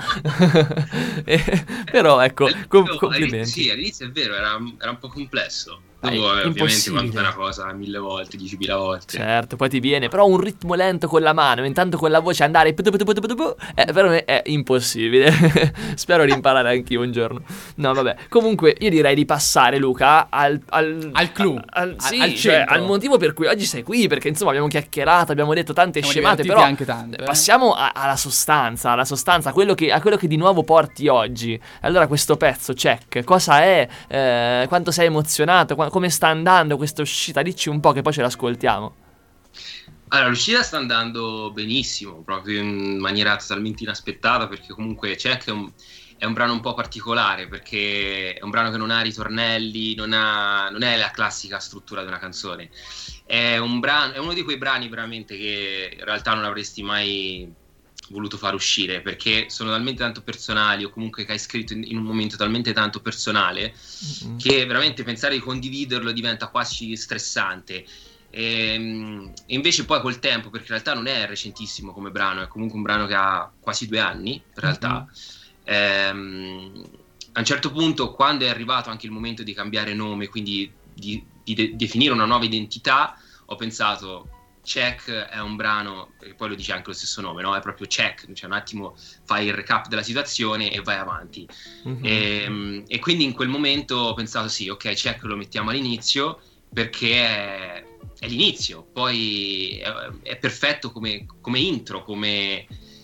[SPEAKER 4] Però ecco, complimenti.
[SPEAKER 11] Sì, all'inizio è vero, era un po' complesso. Dopo ovviamente quando fai una cosa 1000 volte, 10.000 volte.
[SPEAKER 4] Certo, poi ti viene. Però un ritmo lento con la mano, intanto con la voce andare per me è impossibile. Spero di imparare anch'io un giorno. No vabbè, comunque io direi di passare, Luca, al
[SPEAKER 5] clou,
[SPEAKER 4] al motivo per cui oggi sei qui. Perché insomma abbiamo chiacchierato, abbiamo detto tante scemate, però
[SPEAKER 5] anche tante,
[SPEAKER 4] passiamo alla sostanza, a quello che di nuovo porti oggi. Allora questo pezzo, Check, cosa è? Quanto sei emozionato? Come sta andando questa uscita? Dici un po' che poi ce l'ascoltiamo.
[SPEAKER 11] Allora, l'uscita sta andando benissimo, proprio in maniera totalmente inaspettata, perché comunque Check è un brano un po' particolare, perché è un brano che non ha ritornelli, non è la classica struttura di una canzone. È uno di quei brani veramente che in realtà non avresti mai voluto far uscire, perché sono talmente tanto personali, o comunque che hai scritto in un momento talmente tanto personale che veramente pensare di condividerlo diventa quasi stressante. E invece poi col tempo, perché in realtà non è recentissimo come brano, è comunque un brano che ha quasi 2 anni in realtà, a un certo punto, quando è arrivato anche il momento di cambiare nome, quindi di definire una nuova identità, ho pensato Check è un brano, e poi lo dice anche lo stesso nome, no? È proprio check, cioè un attimo fai il recap della situazione e vai avanti. E quindi in quel momento ho pensato sì, ok, Check lo mettiamo all'inizio perché è l'inizio, poi è perfetto come intro, come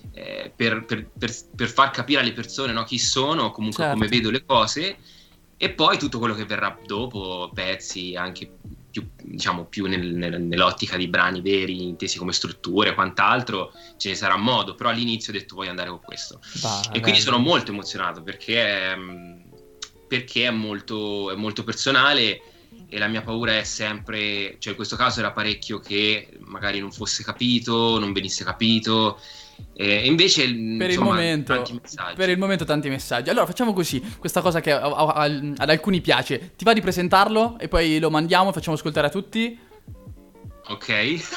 [SPEAKER 11] per far capire alle persone, no, chi sono, comunque certo, come vedo le cose, e poi tutto quello che verrà dopo, pezzi anche più nell'ottica di brani veri, intesi come strutture e quant'altro, ce ne sarà modo, però all'inizio ho detto voglio andare con questo. E quindi sono molto emozionato perché è molto personale, e la mia paura è sempre, cioè in questo caso era parecchio che magari non fosse capito, non venisse capito. E invece
[SPEAKER 5] per il momento tanti messaggi. Allora facciamo così, questa cosa che ad alcuni piace, ti va di presentarlo e poi lo mandiamo e facciamo ascoltare a tutti?
[SPEAKER 11] Ok.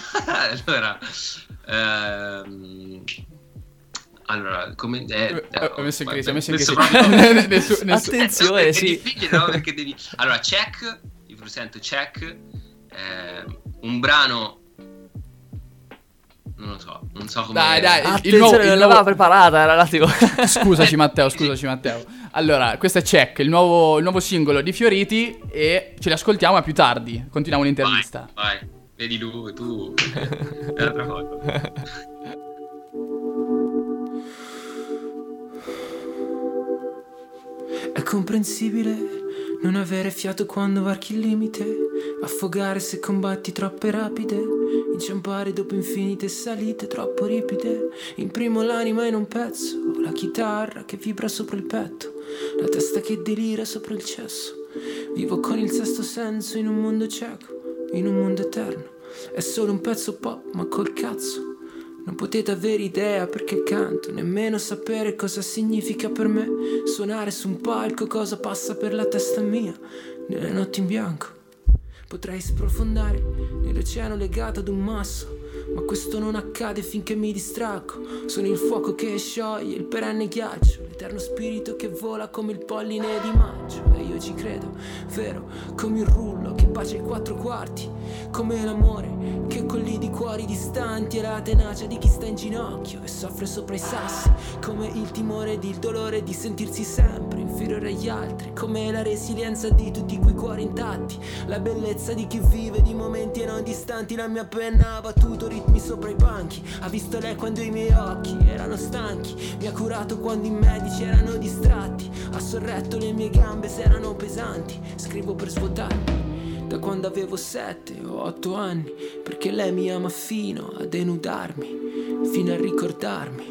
[SPEAKER 11] Allora come
[SPEAKER 5] ho messo in crisi,
[SPEAKER 4] attenzione, sì.
[SPEAKER 11] È difficile, no? Perché allora Check, vi presento Check, un brano, non so come.
[SPEAKER 4] Dai, attenzione, non l'aveva preparata, era un attimo.
[SPEAKER 5] Scusaci Matteo. Allora, questo è Check, il nuovo singolo di Fioriti, e ce li ascoltiamo a più tardi. Continuiamo l'intervista.
[SPEAKER 11] Vai. vedi lui, tu, è un'altra foto.
[SPEAKER 12] È comprensibile non avere fiato quando varchi il limite, affogare se combatti troppe rapide, inciampare dopo infinite salite troppo ripide. Imprimo l'anima in un pezzo, la chitarra che vibra sopra il petto, la testa che delira sopra il cesso. Vivo con il sesto senso in un mondo cieco, in un mondo eterno. È solo un pezzo pop, ma col cazzo non potete avere idea perché canto, nemmeno sapere cosa significa per me suonare su un palco, cosa passa per la testa mia nelle notti in bianco. Potrei sprofondare nell'oceano legato ad un masso, ma questo non accade finché mi distraggo. Sono il fuoco che scioglie il perenne ghiaccio, l'eterno spirito che vola come il polline di maggio. E io ci credo, vero, come il rullo che bacia i 4/4, come l'amore che collidi cuori distanti, e la tenacia di chi sta in ginocchio e soffre sopra i sassi, come il timore ed il dolore di sentirsi sempre inferiore agli altri, come la resilienza di tutti quei cuori intatti, la bellezza di chi vive di momenti e non distanti. La mia penna ha battuto ritmi sopra i banchi, ha visto lei quando i miei occhi erano stanchi, mi ha curato quando i medici erano distratti, ha sorretto le mie gambe se erano pesanti. Scrivo per svuotarmi da quando avevo 7 o 8 anni, perché lei mi ama fino a denudarmi, fino a ricordarmi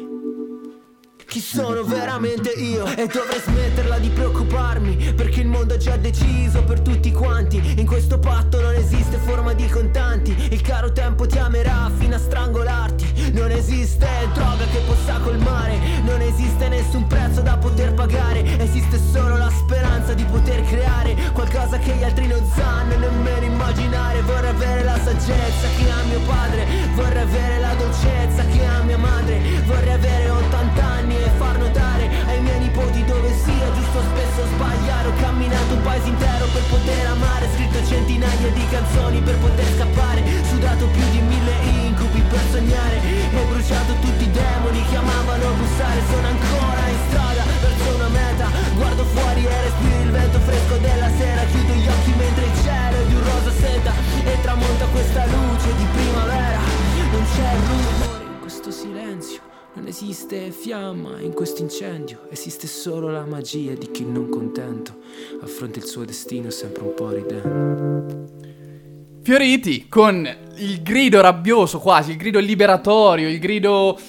[SPEAKER 12] chi sono veramente io, e dovrei smetterla di preoccuparmi, perché il mondo è già deciso per tutti quanti. In questo patto non esiste forma di contanti, il caro tempo ti amerà fino a strangolarti. Non esiste droga che possa colmare, non esiste nessun prezzo da poter pagare, esiste solo la speranza di poter creare qualcosa che gli altri non sanno nemmeno immaginare. Vorrei avere la saggezza che ha mio padre, vorrei avere la dolcezza che ha mia madre, vorrei avere 80 anni e far notare ai miei nipoti dove sia giusto spesso sbagliare. Ho camminato un paese intero per poter amare, scritto centinaia di canzoni per poter scappare, sudato più di 1000 incubi per sognare, e bruciato tutti i demoni che amavano bussare. Sono ancora in strada verso una meta, guardo fuori e respiro il vento fresco della sera, chiudo gli occhi mentre il cielo è di un rosa seta e tramonta questa luce di primavera. Non c'è rumore in questo silenzio, non esiste fiamma in questo incendio, esiste solo la magia di chi non contento affronta il suo destino sempre un po' ridendo.
[SPEAKER 5] Fioriti con il grido rabbioso quasi, il grido liberatorio, il grido...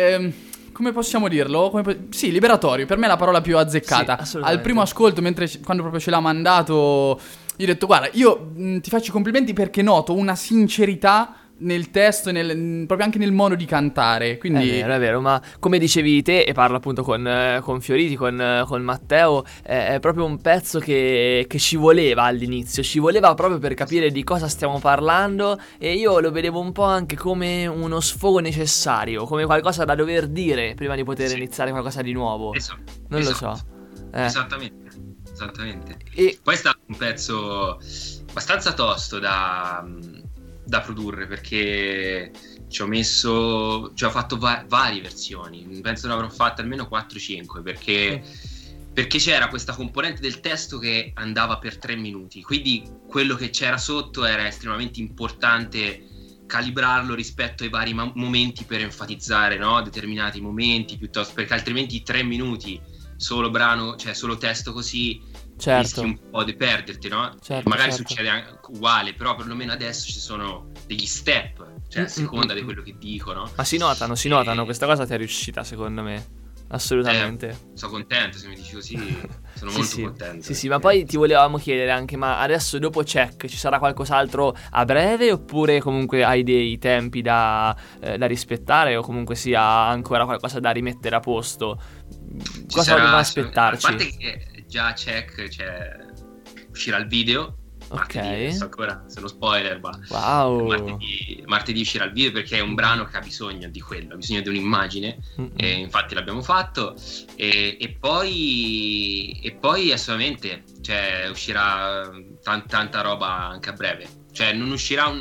[SPEAKER 5] come possiamo dirlo? Sì, liberatorio, per me è la parola più azzeccata.
[SPEAKER 4] Sì,
[SPEAKER 5] al primo ascolto, quando proprio ce l'ha mandato, io ho detto guarda, io ti faccio i complimenti perché noto una sincerità nel testo e proprio anche nel modo di cantare. Quindi
[SPEAKER 4] è vero, ma come dicevi te, e parlo appunto con Fioriti, con Matteo, è proprio un pezzo che ci voleva all'inizio, ci voleva proprio per capire di cosa stiamo parlando, e io lo vedevo un po' anche come uno sfogo necessario, come qualcosa da dover dire prima di poter iniziare qualcosa di nuovo. Non lo so.
[SPEAKER 11] Esattamente. E poi è stato un pezzo abbastanza tosto da produrre, perché ci ho fatto varie versioni, penso ne avrò fatte almeno 4-5, perché c'era questa componente del testo che andava per 3 minuti, quindi quello che c'era sotto era estremamente importante calibrarlo rispetto ai vari momenti per enfatizzare, no? Determinati momenti, piuttosto, perché altrimenti 3 minuti solo brano, cioè solo testo così, rischi un po' di perderti, no? Magari succede anche uguale, però perlomeno adesso ci sono degli step, cioè a seconda di quello che dico, no?
[SPEAKER 4] Ma si notano, questa cosa ti è riuscita secondo me. Assolutamente.
[SPEAKER 11] Sono contento, se mi dici così sono molto contento.
[SPEAKER 4] Sì, ma poi ti volevamo chiedere anche, ma adesso dopo Check ci sarà qualcos'altro a breve, oppure comunque hai dei tempi da rispettare, o comunque sia ancora qualcosa da rimettere a posto? Cosa dobbiamo aspettarci?
[SPEAKER 11] A parte che già Check, uscirà il video. Martedì, so ancora, se non spoiler, ma
[SPEAKER 4] wow.
[SPEAKER 11] martedì uscirà il video, perché è un brano che ha bisogno di quello, ha bisogno di un'immagine, e infatti l'abbiamo fatto, e poi assolutamente, uscirà tanta roba anche a breve, non uscirà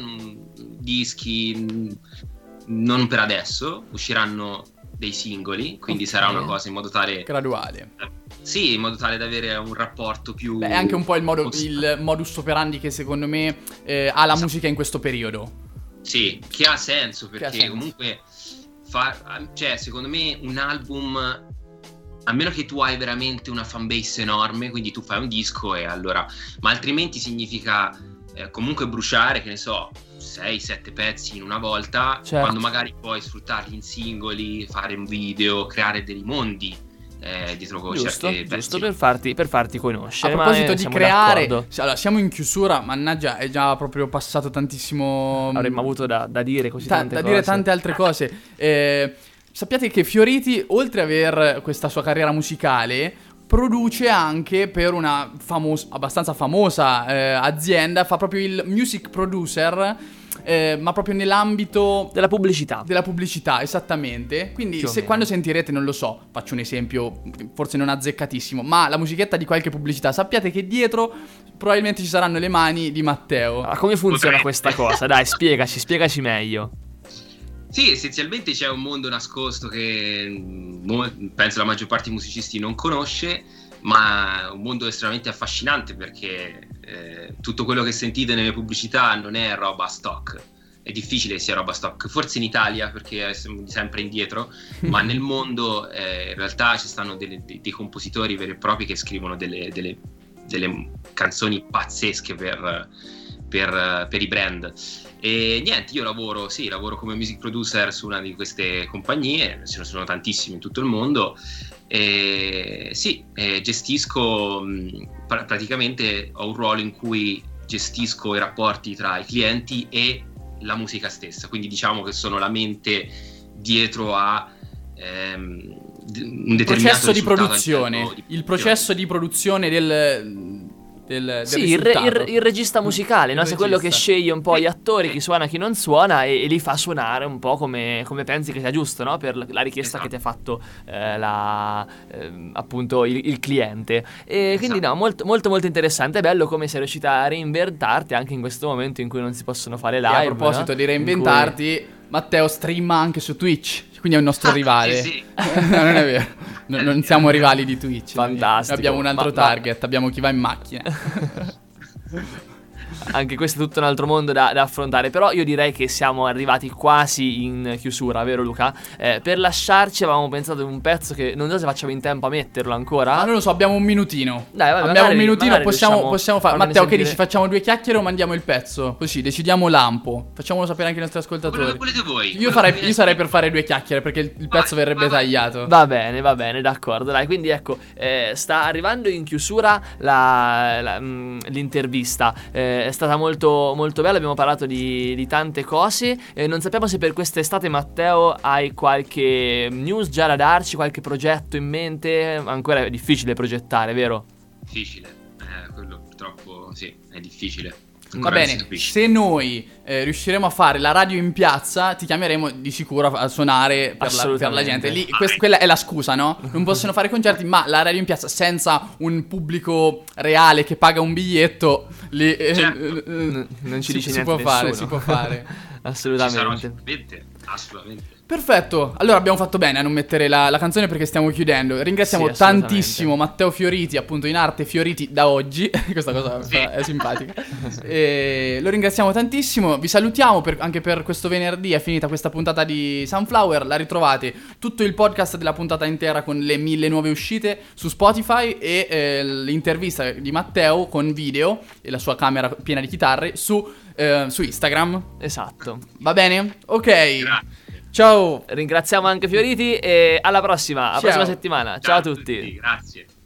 [SPEAKER 11] dischi, non per adesso, usciranno dei singoli, quindi sarà una cosa in modo tale
[SPEAKER 5] graduale.
[SPEAKER 11] Sì, in modo tale da avere un rapporto più...
[SPEAKER 5] È anche un po' il modus operandi che secondo me ha la musica in questo periodo.
[SPEAKER 11] Sì, che ha senso, perché
[SPEAKER 5] ha senso.
[SPEAKER 11] comunque cioè, secondo me un album, a meno che tu hai veramente una fanbase enorme, quindi tu fai un disco e allora, ma altrimenti significa comunque bruciare, che ne so, 6-7 pezzi in una volta,
[SPEAKER 4] Certo.
[SPEAKER 11] quando magari puoi sfruttarli in singoli, fare un video, creare dei mondi dietro
[SPEAKER 4] Giusto,
[SPEAKER 11] certe
[SPEAKER 4] giusto
[SPEAKER 11] pezzi.
[SPEAKER 4] per farti conoscere.
[SPEAKER 5] A
[SPEAKER 4] ma,
[SPEAKER 5] proposito di
[SPEAKER 4] siamo
[SPEAKER 5] creare,
[SPEAKER 4] d'accordo.
[SPEAKER 5] allora, siamo in chiusura, mannaggia, è già proprio passato tantissimo.
[SPEAKER 4] Avremmo avuto da dire così
[SPEAKER 5] da
[SPEAKER 4] tante
[SPEAKER 5] dire
[SPEAKER 4] cose.
[SPEAKER 5] tante altre cose. Sappiate che Fioriti, oltre ad aver questa sua carriera musicale, produce anche per una abbastanza famosa azienda, fa proprio il music producer, ma proprio nell'ambito
[SPEAKER 4] Della pubblicità.
[SPEAKER 5] della pubblicità, esattamente. Quindi
[SPEAKER 4] Più o
[SPEAKER 5] se
[SPEAKER 4] meno.
[SPEAKER 5] quando sentirete, non lo so, faccio un esempio forse non azzeccatissimo, ma la musichetta di qualche pubblicità, sappiate che dietro probabilmente ci saranno le mani di Matteo.
[SPEAKER 4] Ma come funziona
[SPEAKER 11] Potrebbe.
[SPEAKER 4] questa cosa? Dai, spiegaci meglio.
[SPEAKER 11] Sì, essenzialmente c'è un mondo nascosto che penso la maggior parte dei musicisti non conosce, ma è un mondo estremamente affascinante perché tutto quello che sentite nelle pubblicità non è roba stock. È difficile che sia roba stock, forse in Italia perché siamo sempre indietro, ma nel mondo in realtà ci stanno dei compositori veri e propri che scrivono delle canzoni pazzesche per i brand. E niente, io lavoro come music producer su una di queste compagnie, ce ne sono tantissime in tutto il mondo. E gestisco praticamente, ho un ruolo in cui gestisco i rapporti tra i clienti e la musica stessa, quindi diciamo che sono la mente dietro a un determinato
[SPEAKER 5] Processo di
[SPEAKER 11] risultato
[SPEAKER 5] produzione,
[SPEAKER 11] all'interno
[SPEAKER 5] il processo di produzione del
[SPEAKER 4] Sì, il
[SPEAKER 5] risultato.
[SPEAKER 4] regista musicale, no?
[SPEAKER 5] Il
[SPEAKER 4] Se quello che
[SPEAKER 5] regista.
[SPEAKER 4] sceglie un po' gli attori, chi suona, chi non suona, e li fa suonare un po' come pensi che sia giusto, no? Per la richiesta che ti ha fatto appunto il cliente. E quindi no, molto, molto, molto interessante. È bello come sei riuscita a reinventarti anche in questo momento in cui non si possono fare
[SPEAKER 5] E
[SPEAKER 4] live.
[SPEAKER 5] a proposito
[SPEAKER 4] no?
[SPEAKER 5] di reinventarti, Matteo streama anche su Twitch, quindi è un nostro rivale.
[SPEAKER 11] sì.
[SPEAKER 5] Non è vero, non siamo rivali di Twitch.
[SPEAKER 4] Fantastico.
[SPEAKER 5] Noi abbiamo un altro
[SPEAKER 4] Ma-
[SPEAKER 5] target, abbiamo chi va in macchina.
[SPEAKER 4] Anche questo è tutto un altro mondo da affrontare. Però io direi che siamo arrivati quasi in chiusura, vero Luca? Per lasciarci avevamo pensato ad un pezzo che non so se facciamo in tempo a metterlo ancora.
[SPEAKER 5] Ma non lo so, abbiamo un minutino.
[SPEAKER 4] Dai, vabbè,
[SPEAKER 5] abbiamo
[SPEAKER 4] magari-
[SPEAKER 5] un minutino,
[SPEAKER 4] magari
[SPEAKER 5] possiamo
[SPEAKER 4] riusciamo
[SPEAKER 5] fare.
[SPEAKER 4] a farvene
[SPEAKER 5] Matteo, che
[SPEAKER 4] sentire.
[SPEAKER 5] dici? Facciamo 2 chiacchiere o mandiamo il pezzo? Così decidiamo lampo. Facciamolo sapere anche ai nostri
[SPEAKER 11] Quello
[SPEAKER 5] ascoltatori.
[SPEAKER 11] che volete voi.
[SPEAKER 5] Io sarei per fare 2 chiacchiere perché il pezzo verrebbe tagliato.
[SPEAKER 4] Va bene, d'accordo. Dai, quindi ecco, sta arrivando in chiusura l'intervista. È stata molto, molto bella. Abbiamo parlato di tante cose. Non sappiamo se per quest'estate, Matteo, hai qualche news già da darci, qualche progetto in mente. Ancora è difficile progettare, vero?
[SPEAKER 11] Difficile, quello purtroppo sì, è difficile.
[SPEAKER 5] Va
[SPEAKER 11] Ancora non si
[SPEAKER 5] bene,
[SPEAKER 11] capisce.
[SPEAKER 5] se noi riusciremo a fare la radio in piazza, ti chiameremo di sicuro a suonare per la
[SPEAKER 4] Assolutamente.
[SPEAKER 5] gente. Lì, quella è la scusa, no? Non possono fare concerti, ma la radio in piazza senza un pubblico reale che paga un biglietto, lì
[SPEAKER 4] Non ci dice
[SPEAKER 5] si
[SPEAKER 4] niente
[SPEAKER 5] può fare,
[SPEAKER 4] nessuno.
[SPEAKER 5] si può fare.
[SPEAKER 11] Ci sarò
[SPEAKER 4] Assolutamente.
[SPEAKER 11] assolutamente.
[SPEAKER 5] Perfetto, allora abbiamo fatto bene a non mettere la canzone perché stiamo chiudendo. Ringraziamo
[SPEAKER 4] Sì, assolutamente.
[SPEAKER 5] tantissimo Matteo Fioriti, appunto in arte Fioriti da oggi. Questa cosa è simpatica. E lo ringraziamo tantissimo. Vi salutiamo anche per questo venerdì. È finita questa puntata di Sunflower. La ritrovate tutto il podcast della puntata intera con le 1000 nuove uscite su Spotify e l'intervista di Matteo con video e la sua camera piena di chitarre su Instagram.
[SPEAKER 4] Esatto.
[SPEAKER 5] Va bene? Ok.
[SPEAKER 11] Grazie.
[SPEAKER 5] Ciao.
[SPEAKER 4] Ringraziamo anche Fioriti e alla prossima,
[SPEAKER 5] Ciao.
[SPEAKER 4] settimana. Ciao a tutti.
[SPEAKER 11] Grazie.